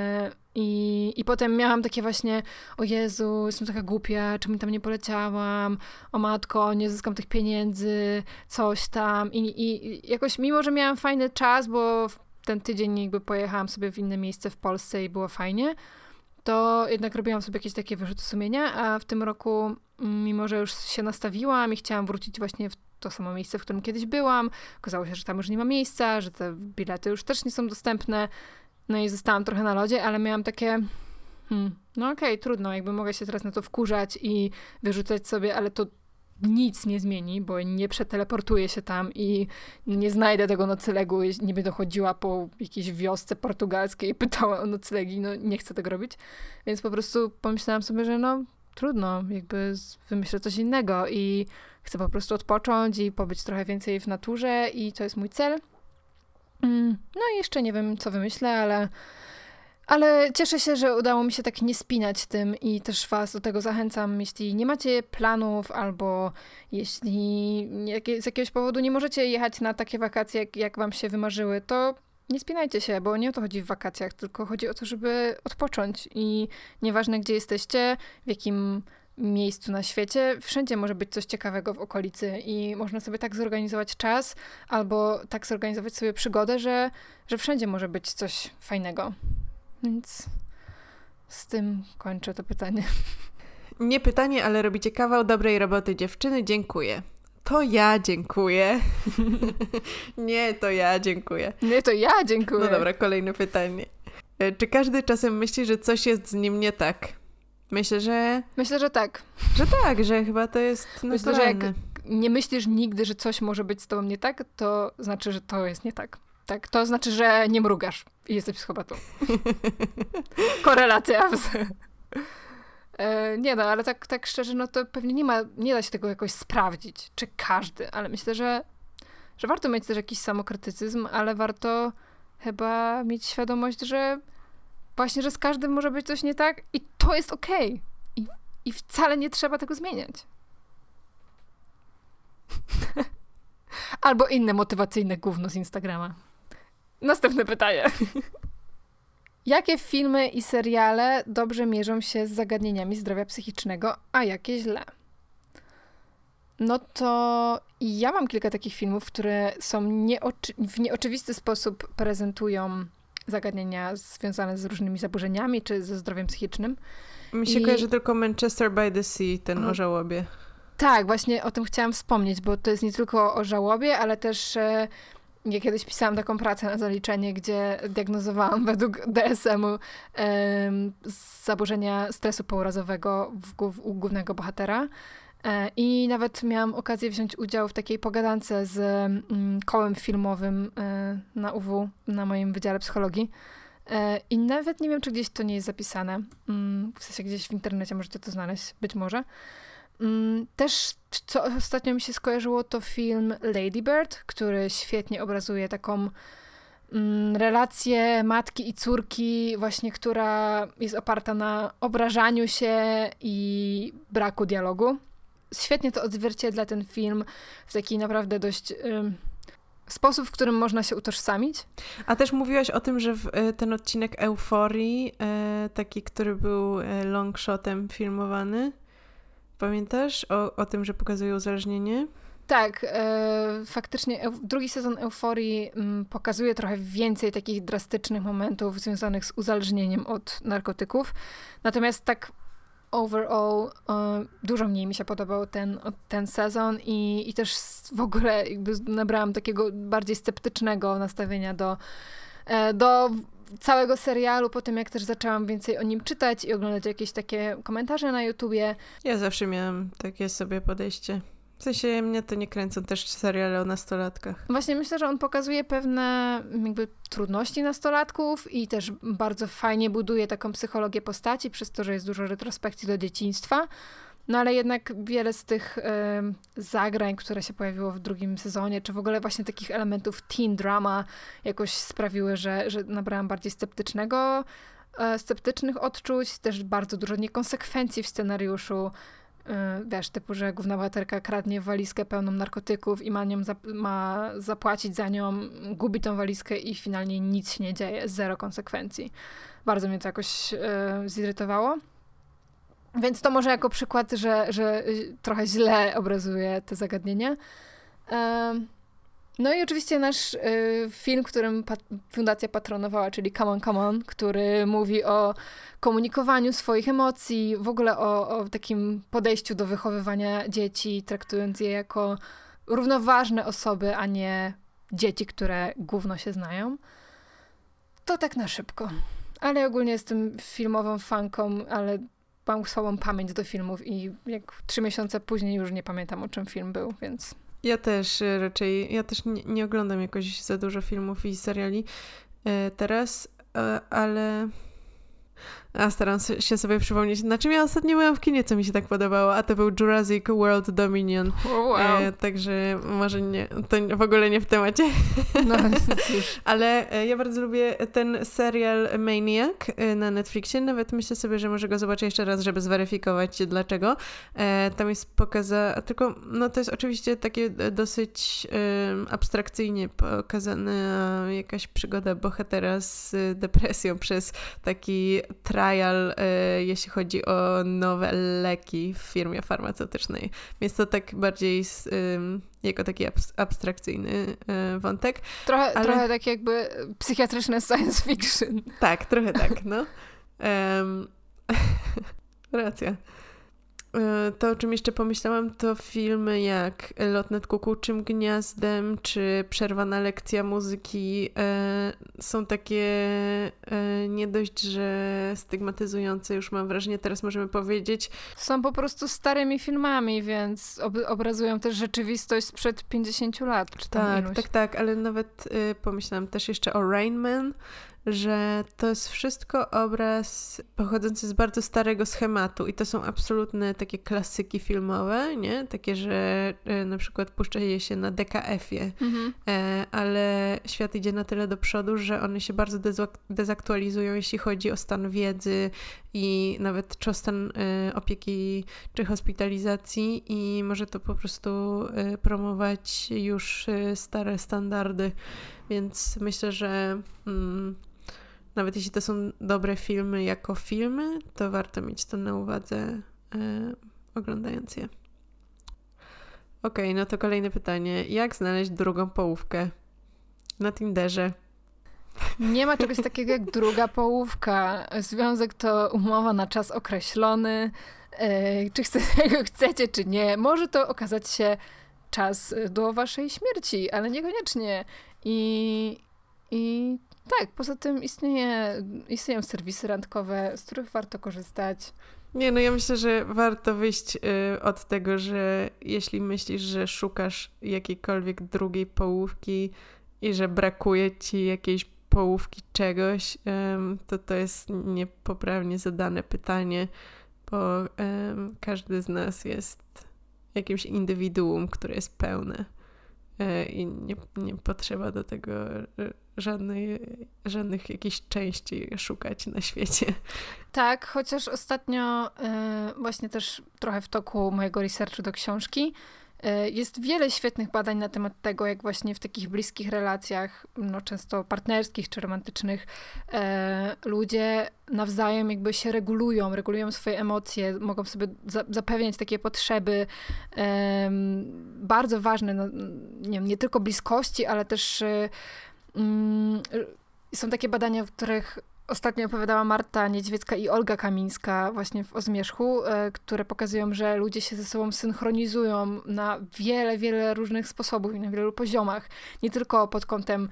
B: I, I potem miałam takie właśnie, o Jezu, jestem taka głupia, czemu tam nie poleciałam, o matko, nie zyskam tych pieniędzy, coś tam. I, i jakoś, mimo że miałam fajny czas, bo w ten tydzień jakby pojechałam sobie w inne miejsce w Polsce i było fajnie, to jednak robiłam sobie jakieś takie wyrzuty sumienia, a w tym roku, mimo że już się nastawiłam i chciałam wrócić właśnie w to samo miejsce, w którym kiedyś byłam, okazało się, że tam już nie ma miejsca, że te bilety już też nie są dostępne, no i zostałam trochę na lodzie, ale miałam takie, hmm, no okej, okay, trudno, jakby mogę się teraz na to wkurzać i wyrzucać sobie, ale to nic nie zmieni, bo nie przeteleportuję się tam i nie znajdę tego noclegu, nie będę chodziła po jakiejś wiosce portugalskiej i pytała o noclegi, no nie chcę tego robić, więc po prostu pomyślałam sobie, że no trudno, jakby wymyślę coś innego i chcę po prostu odpocząć i pobyć trochę więcej w naturze i to jest mój cel. No i jeszcze nie wiem, co wymyślę, ale, ale cieszę się, że udało mi się tak nie spinać tym i też was do tego zachęcam, jeśli nie macie planów albo jeśli z jakiegoś powodu nie możecie jechać na takie wakacje, jak, jak wam się wymarzyły, to nie spinajcie się, bo nie o to chodzi w wakacjach, tylko chodzi o to, żeby odpocząć i nieważne, gdzie jesteście, w jakim miejscu na świecie, wszędzie może być coś ciekawego w okolicy i można sobie tak zorganizować czas albo tak zorganizować sobie przygodę, że, że wszędzie może być coś fajnego. Więc z tym kończę to pytanie.
A: Nie pytanie, ale robicie kawał dobrej roboty, dziewczyny. Dziękuję. To ja dziękuję. Nie, to ja dziękuję.
B: Nie, to ja dziękuję.
A: No dobra, kolejne pytanie. Czy każdy czasem myśli, że coś jest z nim nie tak? Myślę, że...
B: Myślę, że tak.
A: Że tak, że chyba to jest naturalne.
B: Myślę, że jak nie myślisz nigdy, że coś może być z tobą nie tak, to znaczy, że to jest nie tak. Tak, to znaczy, że nie mrugasz i jesteś psychopatą. Korelacja. e, nie no, ale tak, tak szczerze, no to pewnie nie ma, nie da się tego jakoś sprawdzić, czy każdy, ale myślę, że, że warto mieć też jakiś samokrytycyzm, ale warto chyba mieć świadomość, że właśnie, że z każdym może być coś nie tak i to jest okej. Okay. I, I wcale nie trzeba tego zmieniać. Albo inne motywacyjne gówno z Instagrama. Następne pytanie. Jakie filmy i seriale dobrze mierzą się z zagadnieniami zdrowia psychicznego, a jakie źle? No to ja mam kilka takich filmów, które są nieoczy- w nieoczywisty sposób prezentują zagadnienia związane z różnymi zaburzeniami czy ze zdrowiem psychicznym.
A: Mi się I... kojarzy tylko Manchester by the Sea, ten mhm. o żałobie.
B: Tak, właśnie o tym chciałam wspomnieć, bo to jest nie tylko o żałobie, ale też e, ja kiedyś pisałam taką pracę na zaliczenie, gdzie diagnozowałam według D S M u e, zaburzenia stresu pourazowego w, w, u głównego bohatera. E, I nawet miałam okazję wziąć udział w takiej pogadance z mm, kołem filmowym e, na U W, na moim Wydziale Psychologii. E, I nawet nie wiem, czy gdzieś to nie jest zapisane. Mm, w sensie gdzieś w internecie możecie to znaleźć, być może. Też, co ostatnio mi się skojarzyło, to film Lady Bird, który świetnie obrazuje taką mm, relację matki i córki, właśnie która jest oparta na obrażaniu się i braku dialogu. Świetnie to odzwierciedla ten film w taki naprawdę dość ym, sposób, w którym można się utożsamić.
A: A też mówiłaś o tym, że w, ten odcinek Euforii, e, taki, który był longshotem filmowany, pamiętasz o, o tym, że pokazuje uzależnienie?
B: Tak, e, faktycznie eu, drugi sezon Euforii m, pokazuje trochę więcej takich drastycznych momentów związanych z uzależnieniem od narkotyków. Natomiast tak overall e, dużo mniej mi się podobał ten, ten sezon i, i też w ogóle jakby nabrałam takiego bardziej sceptycznego nastawienia do, e, do całego serialu, po tym jak też zaczęłam więcej o nim czytać i oglądać jakieś takie komentarze na YouTubie.
A: Ja zawsze miałam takie sobie podejście. W sensie mnie to nie kręcą też seriale o nastolatkach.
B: Właśnie myślę, że on pokazuje pewne jakby trudności nastolatków i też bardzo fajnie buduje taką psychologię postaci, przez to, że jest dużo retrospekcji do dzieciństwa. No ale jednak wiele z tych y, zagrań, które się pojawiło w drugim sezonie, czy w ogóle właśnie takich elementów teen drama jakoś sprawiły, że, że nabrałam bardziej sceptycznego, y, sceptycznych odczuć, też bardzo dużo niekonsekwencji w scenariuszu. Y, wiesz, typu, że główna bohaterka kradnie walizkę pełną narkotyków i ma, nią zap- ma zapłacić za nią, gubi tą walizkę i finalnie nic się nie dzieje, zero konsekwencji. Bardzo mnie to jakoś y, zirytowało. Więc to może jako przykład, że, że trochę źle obrazuje te zagadnienia. No i oczywiście nasz film, którym fundacja patronowała, czyli Come On, Come On, który mówi o komunikowaniu swoich emocji, w ogóle o, o takim podejściu do wychowywania dzieci, traktując je jako równoważne osoby, a nie dzieci, które gówno się znają. To tak na szybko. Ale ogólnie jestem filmową fanką, ale mam słabą pamięć do filmów i jak trzy miesiące później już nie pamiętam, o czym film był, więc...
A: Ja też raczej, ja też nie, nie oglądam jakoś za dużo filmów i seriali e, teraz, e, ale... A staram się sobie przypomnieć, na czym ja ostatnio byłam w kinie, co mi się tak podobało, a to był Jurassic World Dominion.
B: Oh, wow.
A: e, także może nie, to w ogóle nie w temacie.
B: No, cóż.
A: Ale e, ja bardzo lubię ten serial Maniac e, na Netflixie, nawet myślę sobie, że może go zobaczę jeszcze raz, żeby zweryfikować dlaczego. E, tam jest pokazane, tylko no to jest oczywiście takie dosyć e, abstrakcyjnie pokazana jakaś przygoda bohatera z depresją przez taki trap trial, y, jeśli chodzi o nowe leki w firmie farmaceutycznej. Więc to tak bardziej y, jako taki abs- abstrakcyjny y, wątek.
B: Trochę,
A: ale...
B: trochę tak jakby psychiatryczne science fiction.
A: Tak, trochę tak, no. Um, racja. To, o czym jeszcze pomyślałam, to filmy jak Lot nad kukułczym gniazdem, czy Przerwana lekcja muzyki e, są takie e, nie dość, że stygmatyzujące, już mam wrażenie, teraz możemy powiedzieć.
B: Są po prostu starymi filmami, więc ob- obrazują też rzeczywistość sprzed pięćdziesięciu lat. Czy tam
A: tak,
B: iluś.
A: tak, tak, ale nawet y, pomyślałam też jeszcze o Rain Man, że to jest wszystko obraz pochodzący z bardzo starego schematu i to są absolutne takie klasyki filmowe, nie? Takie, że e, na przykład puszcza je się na D K F-ie,
B: Mhm.
A: e, ale świat idzie na tyle do przodu, że one się bardzo dezak- dezaktualizują, jeśli chodzi o stan wiedzy i nawet czy o stan e, opieki czy hospitalizacji i może to po prostu e, promować już e, stare standardy, więc myślę, że mm, nawet jeśli to są dobre filmy jako filmy, to warto mieć to na uwadze e, oglądając je. Okej, okay, no to kolejne pytanie. Jak znaleźć drugą połówkę na Tinderze?
B: Nie ma czegoś takiego jak druga połówka. Związek to umowa na czas określony. E, czy chce, tego chcecie, czy nie. Może to okazać się czas do waszej śmierci, ale niekoniecznie. I, i tak, poza tym istnieje, istnieją serwisy randkowe, z których warto korzystać.
A: Nie, no ja myślę, że warto wyjść y, od tego, że jeśli myślisz, że szukasz jakiejkolwiek drugiej połówki i że brakuje ci jakiejś połówki czegoś, ym, to to jest niepoprawnie zadane pytanie, bo ym, każdy z nas jest jakimś indywiduum, które jest pełne y, i nie, nie potrzeba do tego y, żadnej, żadnych jakichś części szukać na świecie.
B: Tak, chociaż ostatnio y, właśnie też trochę w toku mojego researchu do książki y, jest wiele świetnych badań na temat tego, jak właśnie w takich bliskich relacjach, no często partnerskich czy romantycznych, y, ludzie nawzajem jakby się regulują, regulują swoje emocje, mogą sobie za- zapewniać takie potrzeby y, bardzo ważne, no, nie wiem, nie tylko bliskości, ale też y, y, są takie badania, w których ostatnio opowiadała Marta Niedźwiecka i Olga Kamińska właśnie w O Zmierzchu, e, które pokazują, że ludzie się ze sobą synchronizują na wiele, wiele różnych sposobów i na wielu poziomach. Nie tylko pod kątem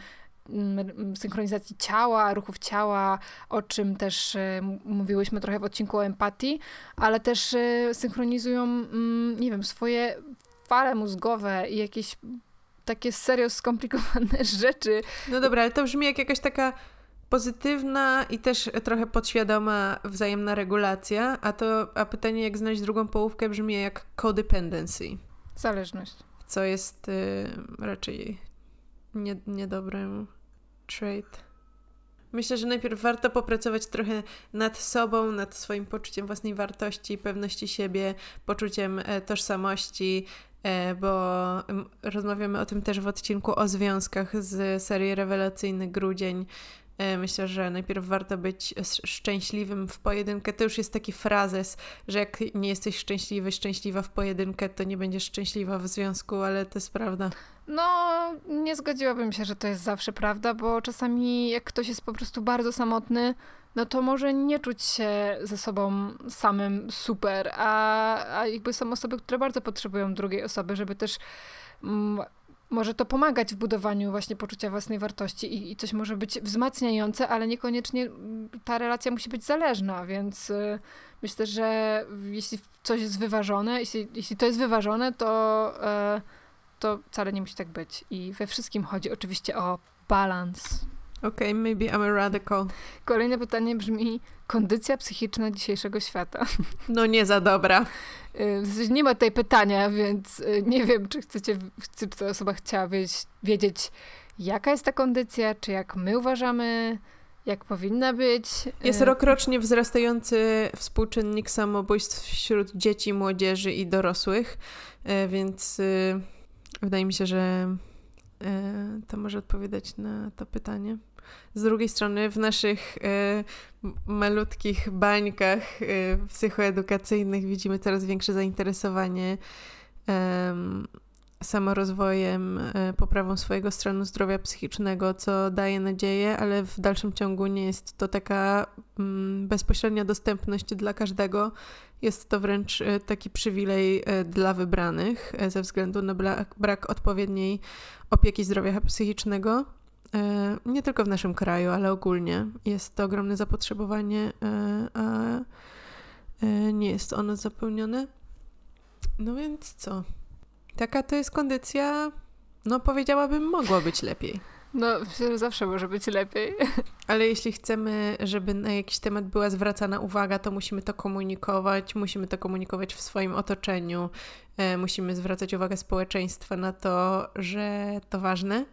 B: mm, synchronizacji ciała, ruchów ciała, o czym też e, mówiłyśmy trochę w odcinku o empatii, ale też e, synchronizują, mm, nie wiem, swoje fale mózgowe i jakieś takie serio skomplikowane rzeczy.
A: No dobra, ale to brzmi jak jakaś taka pozytywna i też trochę podświadoma wzajemna regulacja, a to a pytanie, jak znaleźć drugą połówkę, brzmi jak codependency.
B: Zależność.
A: Co jest y, raczej nie, niedobrym trait. Myślę, że najpierw warto popracować trochę nad sobą, nad swoim poczuciem własnej wartości, pewności siebie, poczuciem e, tożsamości, e, bo m, rozmawiamy o tym też w odcinku o związkach z serii Rewelacyjny Grudzień. Myślę, że najpierw warto być szczęśliwym w pojedynkę. To już jest taki frazes, że jak nie jesteś szczęśliwy, szczęśliwa w pojedynkę, to nie będziesz szczęśliwa w związku, ale to jest prawda.
B: No, nie zgodziłabym się, że to jest zawsze prawda, bo czasami jak ktoś jest po prostu bardzo samotny, no to może nie czuć się ze sobą samym super, a, a jakby są osoby, które bardzo potrzebują drugiej osoby, żeby też mm, może to pomagać w budowaniu właśnie poczucia własnej wartości i, i coś może być wzmacniające, ale niekoniecznie ta relacja musi być zależna, więc y, myślę, że jeśli coś jest wyważone, jeśli, jeśli to jest wyważone, to, y, to wcale nie musi tak być. I we wszystkim chodzi oczywiście o balans.
A: Okej, okay, maybe I'm a radical.
B: Kolejne pytanie brzmi, kondycja psychiczna dzisiejszego świata.
A: No nie za dobra.
B: Nie ma tutaj pytania, więc nie wiem, czy chcecie, czy ta osoba chciała wiedzieć, jaka jest ta kondycja, czy jak my uważamy, jak powinna być.
A: Jest rokrocznie wzrastający współczynnik samobójstw wśród dzieci, młodzieży i dorosłych, więc wydaje mi się, że to może odpowiadać na to pytanie. Z drugiej strony w naszych y, malutkich bańkach y, psychoedukacyjnych widzimy coraz większe zainteresowanie y, samorozwojem, y, poprawą swojego stanu zdrowia psychicznego, co daje nadzieję, ale w dalszym ciągu nie jest to taka y, bezpośrednia dostępność dla każdego. Jest to wręcz y, taki przywilej y, dla wybranych y, ze względu na brak, brak odpowiedniej opieki zdrowia psychicznego. Nie tylko w naszym kraju, ale ogólnie jest to ogromne zapotrzebowanie, a nie jest ono zapełnione. No więc co? Taka to jest kondycja, no powiedziałabym, mogło być lepiej.
B: No, zawsze może być lepiej.
A: Ale jeśli chcemy, żeby na jakiś temat była zwracana uwaga, to musimy to komunikować, musimy to komunikować w swoim otoczeniu, musimy zwracać uwagę społeczeństwa na to, że to ważne.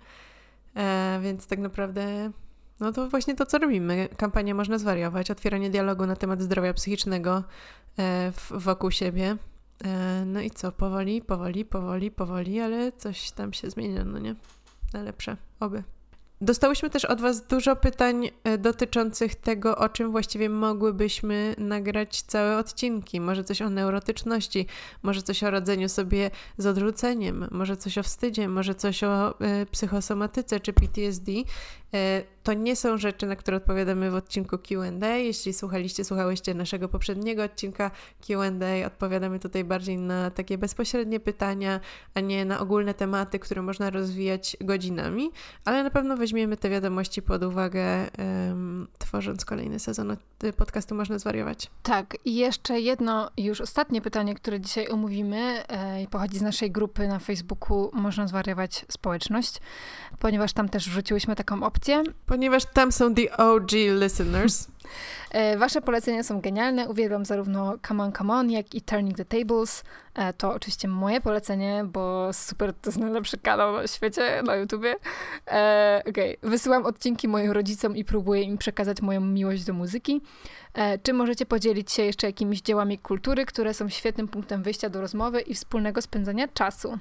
A: E, więc tak naprawdę no to właśnie to, co robimy. Kampania Można Zwariować, otwieranie dialogu na temat zdrowia psychicznego e, w, wokół siebie. E, no i co? Powoli, powoli, powoli, powoli, ale coś tam się zmienia, no nie? Na lepsze, oby. Dostałyśmy też od Was dużo pytań dotyczących tego, o czym właściwie mogłybyśmy nagrać całe odcinki. Może coś o neurotyczności, może coś o radzeniu sobie z odrzuceniem, może coś o wstydzie, może coś o y, psychosomatyce czy P T S D. Y, to nie są rzeczy, na które odpowiadamy w odcinku Q and A. Jeśli słuchaliście, słuchałyście naszego poprzedniego odcinka Q and A, odpowiadamy tutaj bardziej na takie bezpośrednie pytania, a nie na ogólne tematy, które można rozwijać godzinami, ale na pewno weźmiemy te wiadomości pod uwagę, um, tworząc kolejny sezon podcastu Można Zwariować.
B: Tak, i jeszcze jedno, już ostatnie pytanie, które dzisiaj omówimy, e, pochodzi z naszej grupy na Facebooku Można Zwariować Społeczność, ponieważ tam też wrzuciłyśmy taką opcję.
A: Ponieważ tam są the O G listeners.
B: Wasze polecenia są genialne. Uwielbiam zarówno Come On, Come On, jak i Turning the Tables. To oczywiście moje polecenie, bo super, to jest najlepszy kanał na świecie, na YouTubie. E, Okej, okay. Wysyłam odcinki moim rodzicom i próbuję im przekazać moją miłość do muzyki. E, czy możecie podzielić się jeszcze jakimiś dziełami kultury, które są świetnym punktem wyjścia do rozmowy i wspólnego spędzania czasu?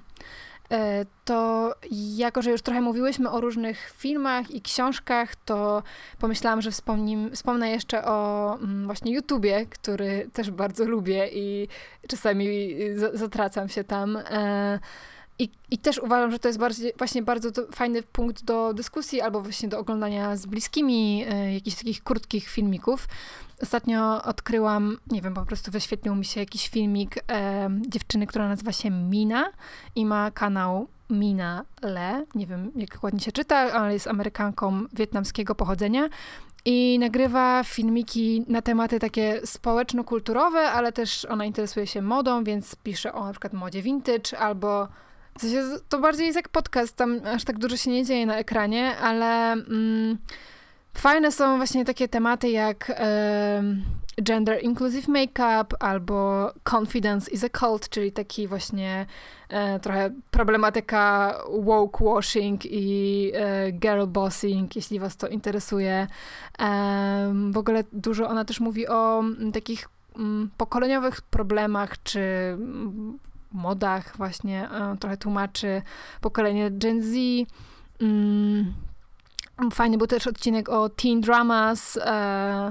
B: To jako, że już trochę mówiłyśmy o różnych filmach i książkach, to pomyślałam, że wspomnim, wspomnę jeszcze o właśnie YouTubie, który też bardzo lubię i czasami z, zatracam się tam. I, I też uważam, że to jest bardziej, właśnie bardzo to fajny punkt do dyskusji albo właśnie do oglądania z bliskimi e, jakichś takich krótkich filmików. Ostatnio odkryłam, nie wiem, po prostu wyświetlił mi się jakiś filmik e, dziewczyny, która nazywa się Mina i ma kanał Mina Le. Nie wiem, jak ładnie się czyta, ale jest Amerykanką wietnamskiego pochodzenia. I nagrywa filmiki na tematy takie społeczno-kulturowe, ale też ona interesuje się modą, więc pisze o na przykład modzie vintage albo... W sensie to bardziej jest jak podcast, tam aż tak dużo się nie dzieje na ekranie, ale mm, fajne są właśnie takie tematy jak e, gender inclusive makeup albo confidence is a cult, czyli taki właśnie e, trochę problematyka woke washing i e, girl bossing, jeśli was to interesuje. E, w ogóle dużo ona też mówi o m, takich m, pokoleniowych problemach, czy m, modach właśnie, e, trochę tłumaczy pokolenie Gen Z. Mm, fajny był też odcinek o teen dramas. E,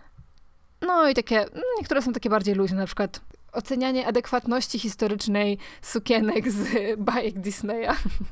B: no i takie, niektóre są takie bardziej luźne, na przykład ocenianie adekwatności historycznej sukienek z bajek Disneya.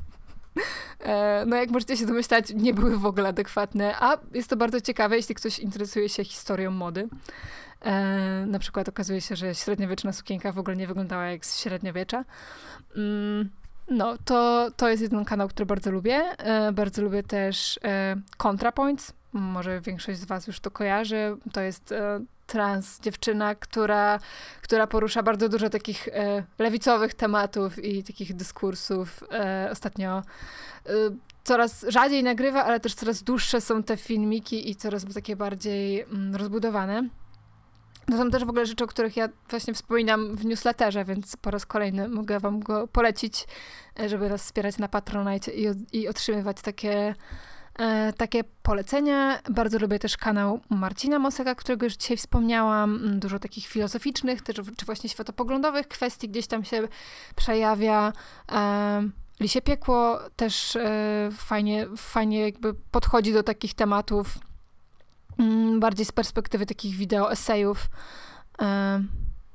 B: e, no jak możecie się domyślać, nie były w ogóle adekwatne, a jest to bardzo ciekawe, jeśli ktoś interesuje się historią mody. E, na przykład okazuje się, że średniowieczna sukienka w ogóle nie wyglądała jak z średniowiecza. Mm, no, to, to jest jeden kanał, który bardzo lubię. E, bardzo lubię też e, ContraPoints. Może większość z was już to kojarzy. To jest e, trans dziewczyna, która, która porusza bardzo dużo takich e, lewicowych tematów i takich dyskursów. E, ostatnio e, coraz rzadziej nagrywa, ale też coraz dłuższe są te filmiki i coraz takie bardziej mm, rozbudowane. To są też w ogóle rzeczy, o których ja właśnie wspominam w newsletterze, więc po raz kolejny mogę wam go polecić, żeby nas wspierać na Patronite i, i otrzymywać takie, e, takie polecenia. Bardzo lubię też kanał Marcina Moseka, którego już dzisiaj wspomniałam. Dużo takich filozoficznych, też, czy właśnie światopoglądowych kwestii gdzieś tam się przejawia. E, Lisie Piekło też e, fajnie, fajnie jakby podchodzi do takich tematów mm, bardziej z perspektywy takich wideo, esejów. E,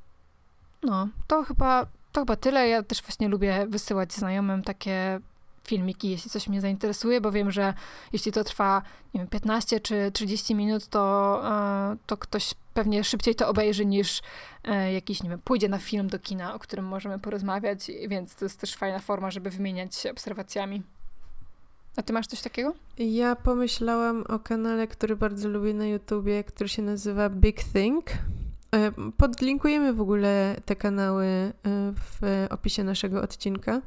B: no, to chyba, to chyba tyle. Ja też właśnie lubię wysyłać znajomym takie filmiki, jeśli coś mnie zainteresuje, bo wiem, że jeśli to trwa, nie wiem, piętnaście czy trzydzieści minut, to, e, to ktoś pewnie szybciej to obejrzy niż e, jakiś, nie wiem, pójdzie na film do kina, o którym możemy porozmawiać, więc to jest też fajna forma, żeby wymieniać się obserwacjami. A ty masz coś takiego?
A: Ja pomyślałam o kanale, który bardzo lubię na YouTubie, który się nazywa Big Think. Podlinkujemy w ogóle te kanały w opisie naszego odcinka.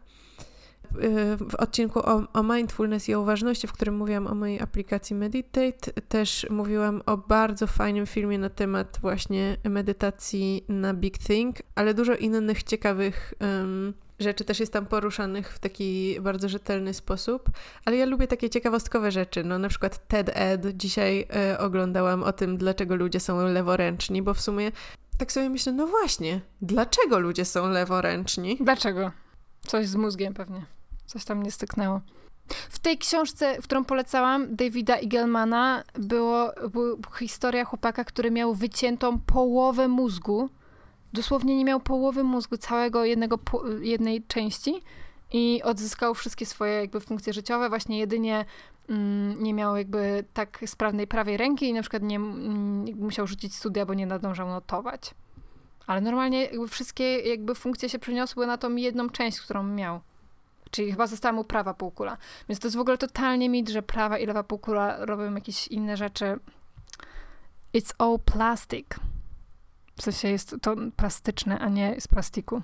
A: W odcinku o, o mindfulness i o uważności, w którym mówiłam o mojej aplikacji Meditate, też mówiłam o bardzo fajnym filmie na temat właśnie medytacji na Big Think, ale dużo innych ciekawych um, rzeczy też jest tam poruszanych w taki bardzo rzetelny sposób, ale ja lubię takie ciekawostkowe rzeczy, no na przykład TED Ed. Dzisiaj e, oglądałam o tym, dlaczego ludzie są leworęczni, bo w sumie tak sobie myślę, no właśnie, dlaczego ludzie są leworęczni?
B: Dlaczego? Coś z mózgiem pewnie. Coś tam nie styknęło. W tej książce, którą polecałam, Davida Eaglemana, było, była historia chłopaka, który miał wyciętą połowę mózgu. Dosłownie nie miał połowy mózgu, całego jednego, jednej części i odzyskał wszystkie swoje jakby funkcje życiowe. Właśnie jedynie mm, nie miał jakby tak sprawnej prawej ręki i na przykład nie mm, musiał rzucić studia, bo nie nadążał notować. Ale normalnie jakby wszystkie jakby funkcje się przeniosły na tą jedną część, którą miał. Czyli chyba została mu prawa półkula. Więc to jest w ogóle totalnie mit, że prawa i lewa półkula robią jakieś inne rzeczy. It's all plastic. W sensie jest to plastyczne, a nie z plastiku.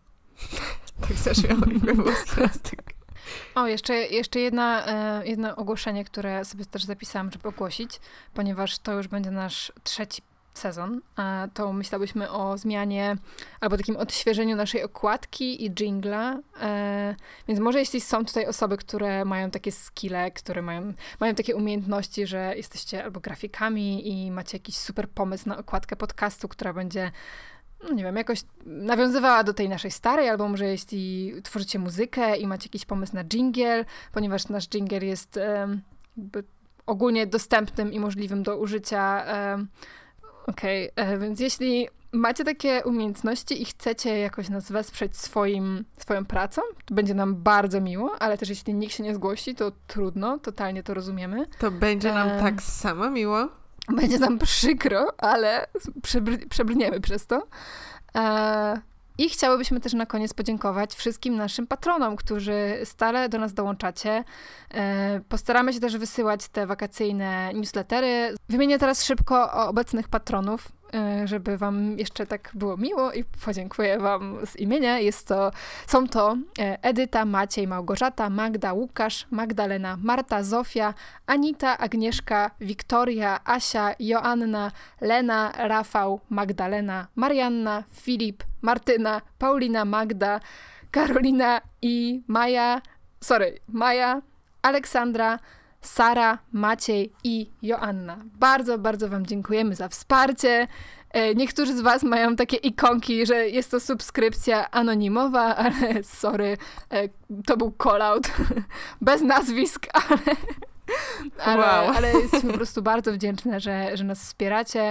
A: Tak zabrzmiało, jakby było z plastiku.
B: O, jeszcze, jeszcze jedna, e, jedno ogłoszenie, które sobie też zapisałam, żeby ogłosić, ponieważ to już będzie nasz trzeci sezon, a to myślałyśmy o zmianie albo takim odświeżeniu naszej okładki i dżingla, e, więc może jeśli są tutaj osoby, które mają takie skille, które mają, mają takie umiejętności, że jesteście albo grafikami i macie jakiś super pomysł na okładkę podcastu, która będzie, no nie wiem, jakoś nawiązywała do tej naszej starej, albo może jeśli tworzycie muzykę i macie jakiś pomysł na dżingiel, ponieważ nasz dżingiel jest e, jakby ogólnie dostępnym i możliwym do użycia. e, Okej, okay, więc jeśli macie takie umiejętności i chcecie jakoś nas wesprzeć swoim, swoją pracą, to będzie nam bardzo miło, ale też jeśli nikt się nie zgłosi, to trudno, totalnie to rozumiemy.
A: To będzie nam
B: e...
A: tak samo miło.
B: Będzie nam przykro, ale przebr- przebrniemy przez to. E... I chciałybyśmy też na koniec podziękować wszystkim naszym patronom, którzy stale do nas dołączacie. Postaramy się też wysyłać te wakacyjne newslettery. Wymienię teraz szybko o obecnych patronów, żeby wam jeszcze tak było miło i podziękuję wam z imienia. Jest to, są to Edyta, Maciej, Małgorzata, Magda, Łukasz, Magdalena, Marta, Zofia, Anita, Agnieszka, Wiktoria, Asia, Joanna, Lena, Rafał, Magdalena, Marianna, Filip, Martyna, Paulina, Magda, Karolina i Maja, sorry, Maja, Aleksandra, Sara, Maciej i Joanna. Bardzo, bardzo wam dziękujemy za wsparcie. Niektórzy z was mają takie ikonki, że jest to subskrypcja anonimowa, ale sorry, to był call-out. Bez nazwisk, ale, ale, wow. ale jesteśmy po prostu bardzo wdzięczne, że, że nas wspieracie.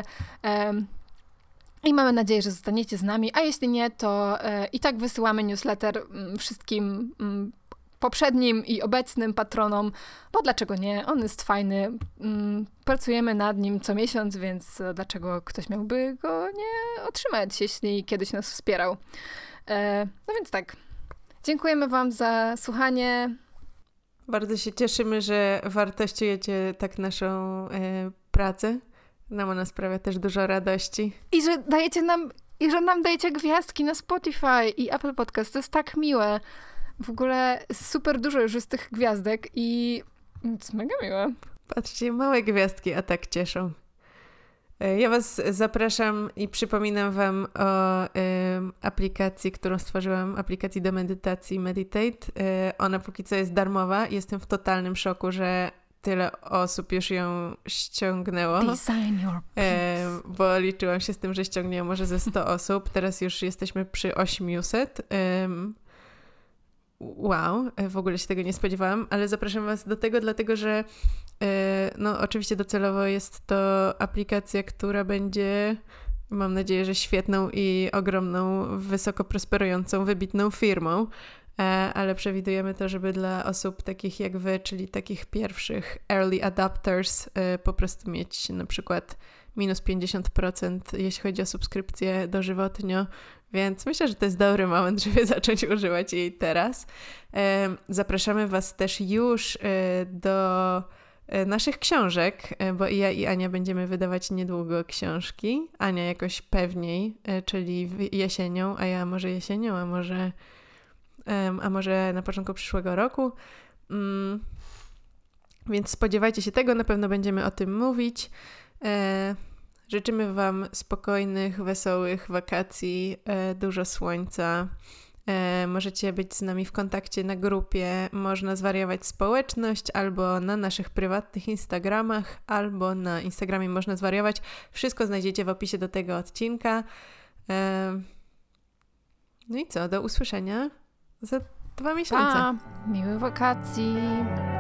B: I mamy nadzieję, że zostaniecie z nami, a jeśli nie, to i tak wysyłamy newsletter wszystkim poprzednim i obecnym patronom, bo dlaczego nie? On jest fajny. Pracujemy nad nim co miesiąc, więc dlaczego ktoś miałby go nie otrzymać, jeśli kiedyś nas wspierał. No więc tak. Dziękujemy wam za słuchanie.
A: Bardzo się cieszymy, że wartościujecie tak naszą e, pracę. Nam ona sprawia też dużo radości.
B: I że dajecie nam, i że nam dajecie gwiazdki na Spotify i Apple Podcast. To jest tak miłe. W ogóle super dużo już jest tych gwiazdek i to jest mega miłe.
A: Patrzcie, małe gwiazdki, a tak cieszą. Ja was zapraszam i przypominam wam o y, aplikacji, którą stworzyłam, aplikacji do medytacji Meditate. Y, ona póki co jest darmowa. Jestem w totalnym szoku, że tyle osób już ją ściągnęło.
B: Design your peace.
A: Y, bo liczyłam się z tym, że ściągnie może ze sto osób. Teraz już jesteśmy przy osiemset. Y, wow, w ogóle się tego nie spodziewałam, ale zapraszam Was do tego, dlatego że no oczywiście docelowo jest to aplikacja, która będzie, mam nadzieję, że świetną i ogromną, wysoko prosperującą, wybitną firmą, ale przewidujemy to, żeby dla osób takich jak Wy, czyli takich pierwszych early adopters, po prostu mieć na przykład minus pięćdziesiąt procent, jeśli chodzi o subskrypcję dożywotnio, więc myślę, że to jest dobry moment, żeby zacząć używać jej teraz. Zapraszamy Was też już do naszych książek, bo i ja i Ania będziemy wydawać niedługo książki. Ania jakoś pewniej, czyli jesienią, a ja może jesienią, a może, a może na początku przyszłego roku. Więc spodziewajcie się tego, na pewno będziemy o tym mówić. Życzymy Wam spokojnych, wesołych wakacji, dużo słońca. Możecie być z nami w kontakcie na grupie Można Zwariować Społeczność albo na naszych prywatnych Instagramach, albo na Instagramie Można Zwariować. Wszystko znajdziecie w opisie do tego odcinka. No i co? Do usłyszenia za dwa miesiące.
B: Pa! Miłych wakacji!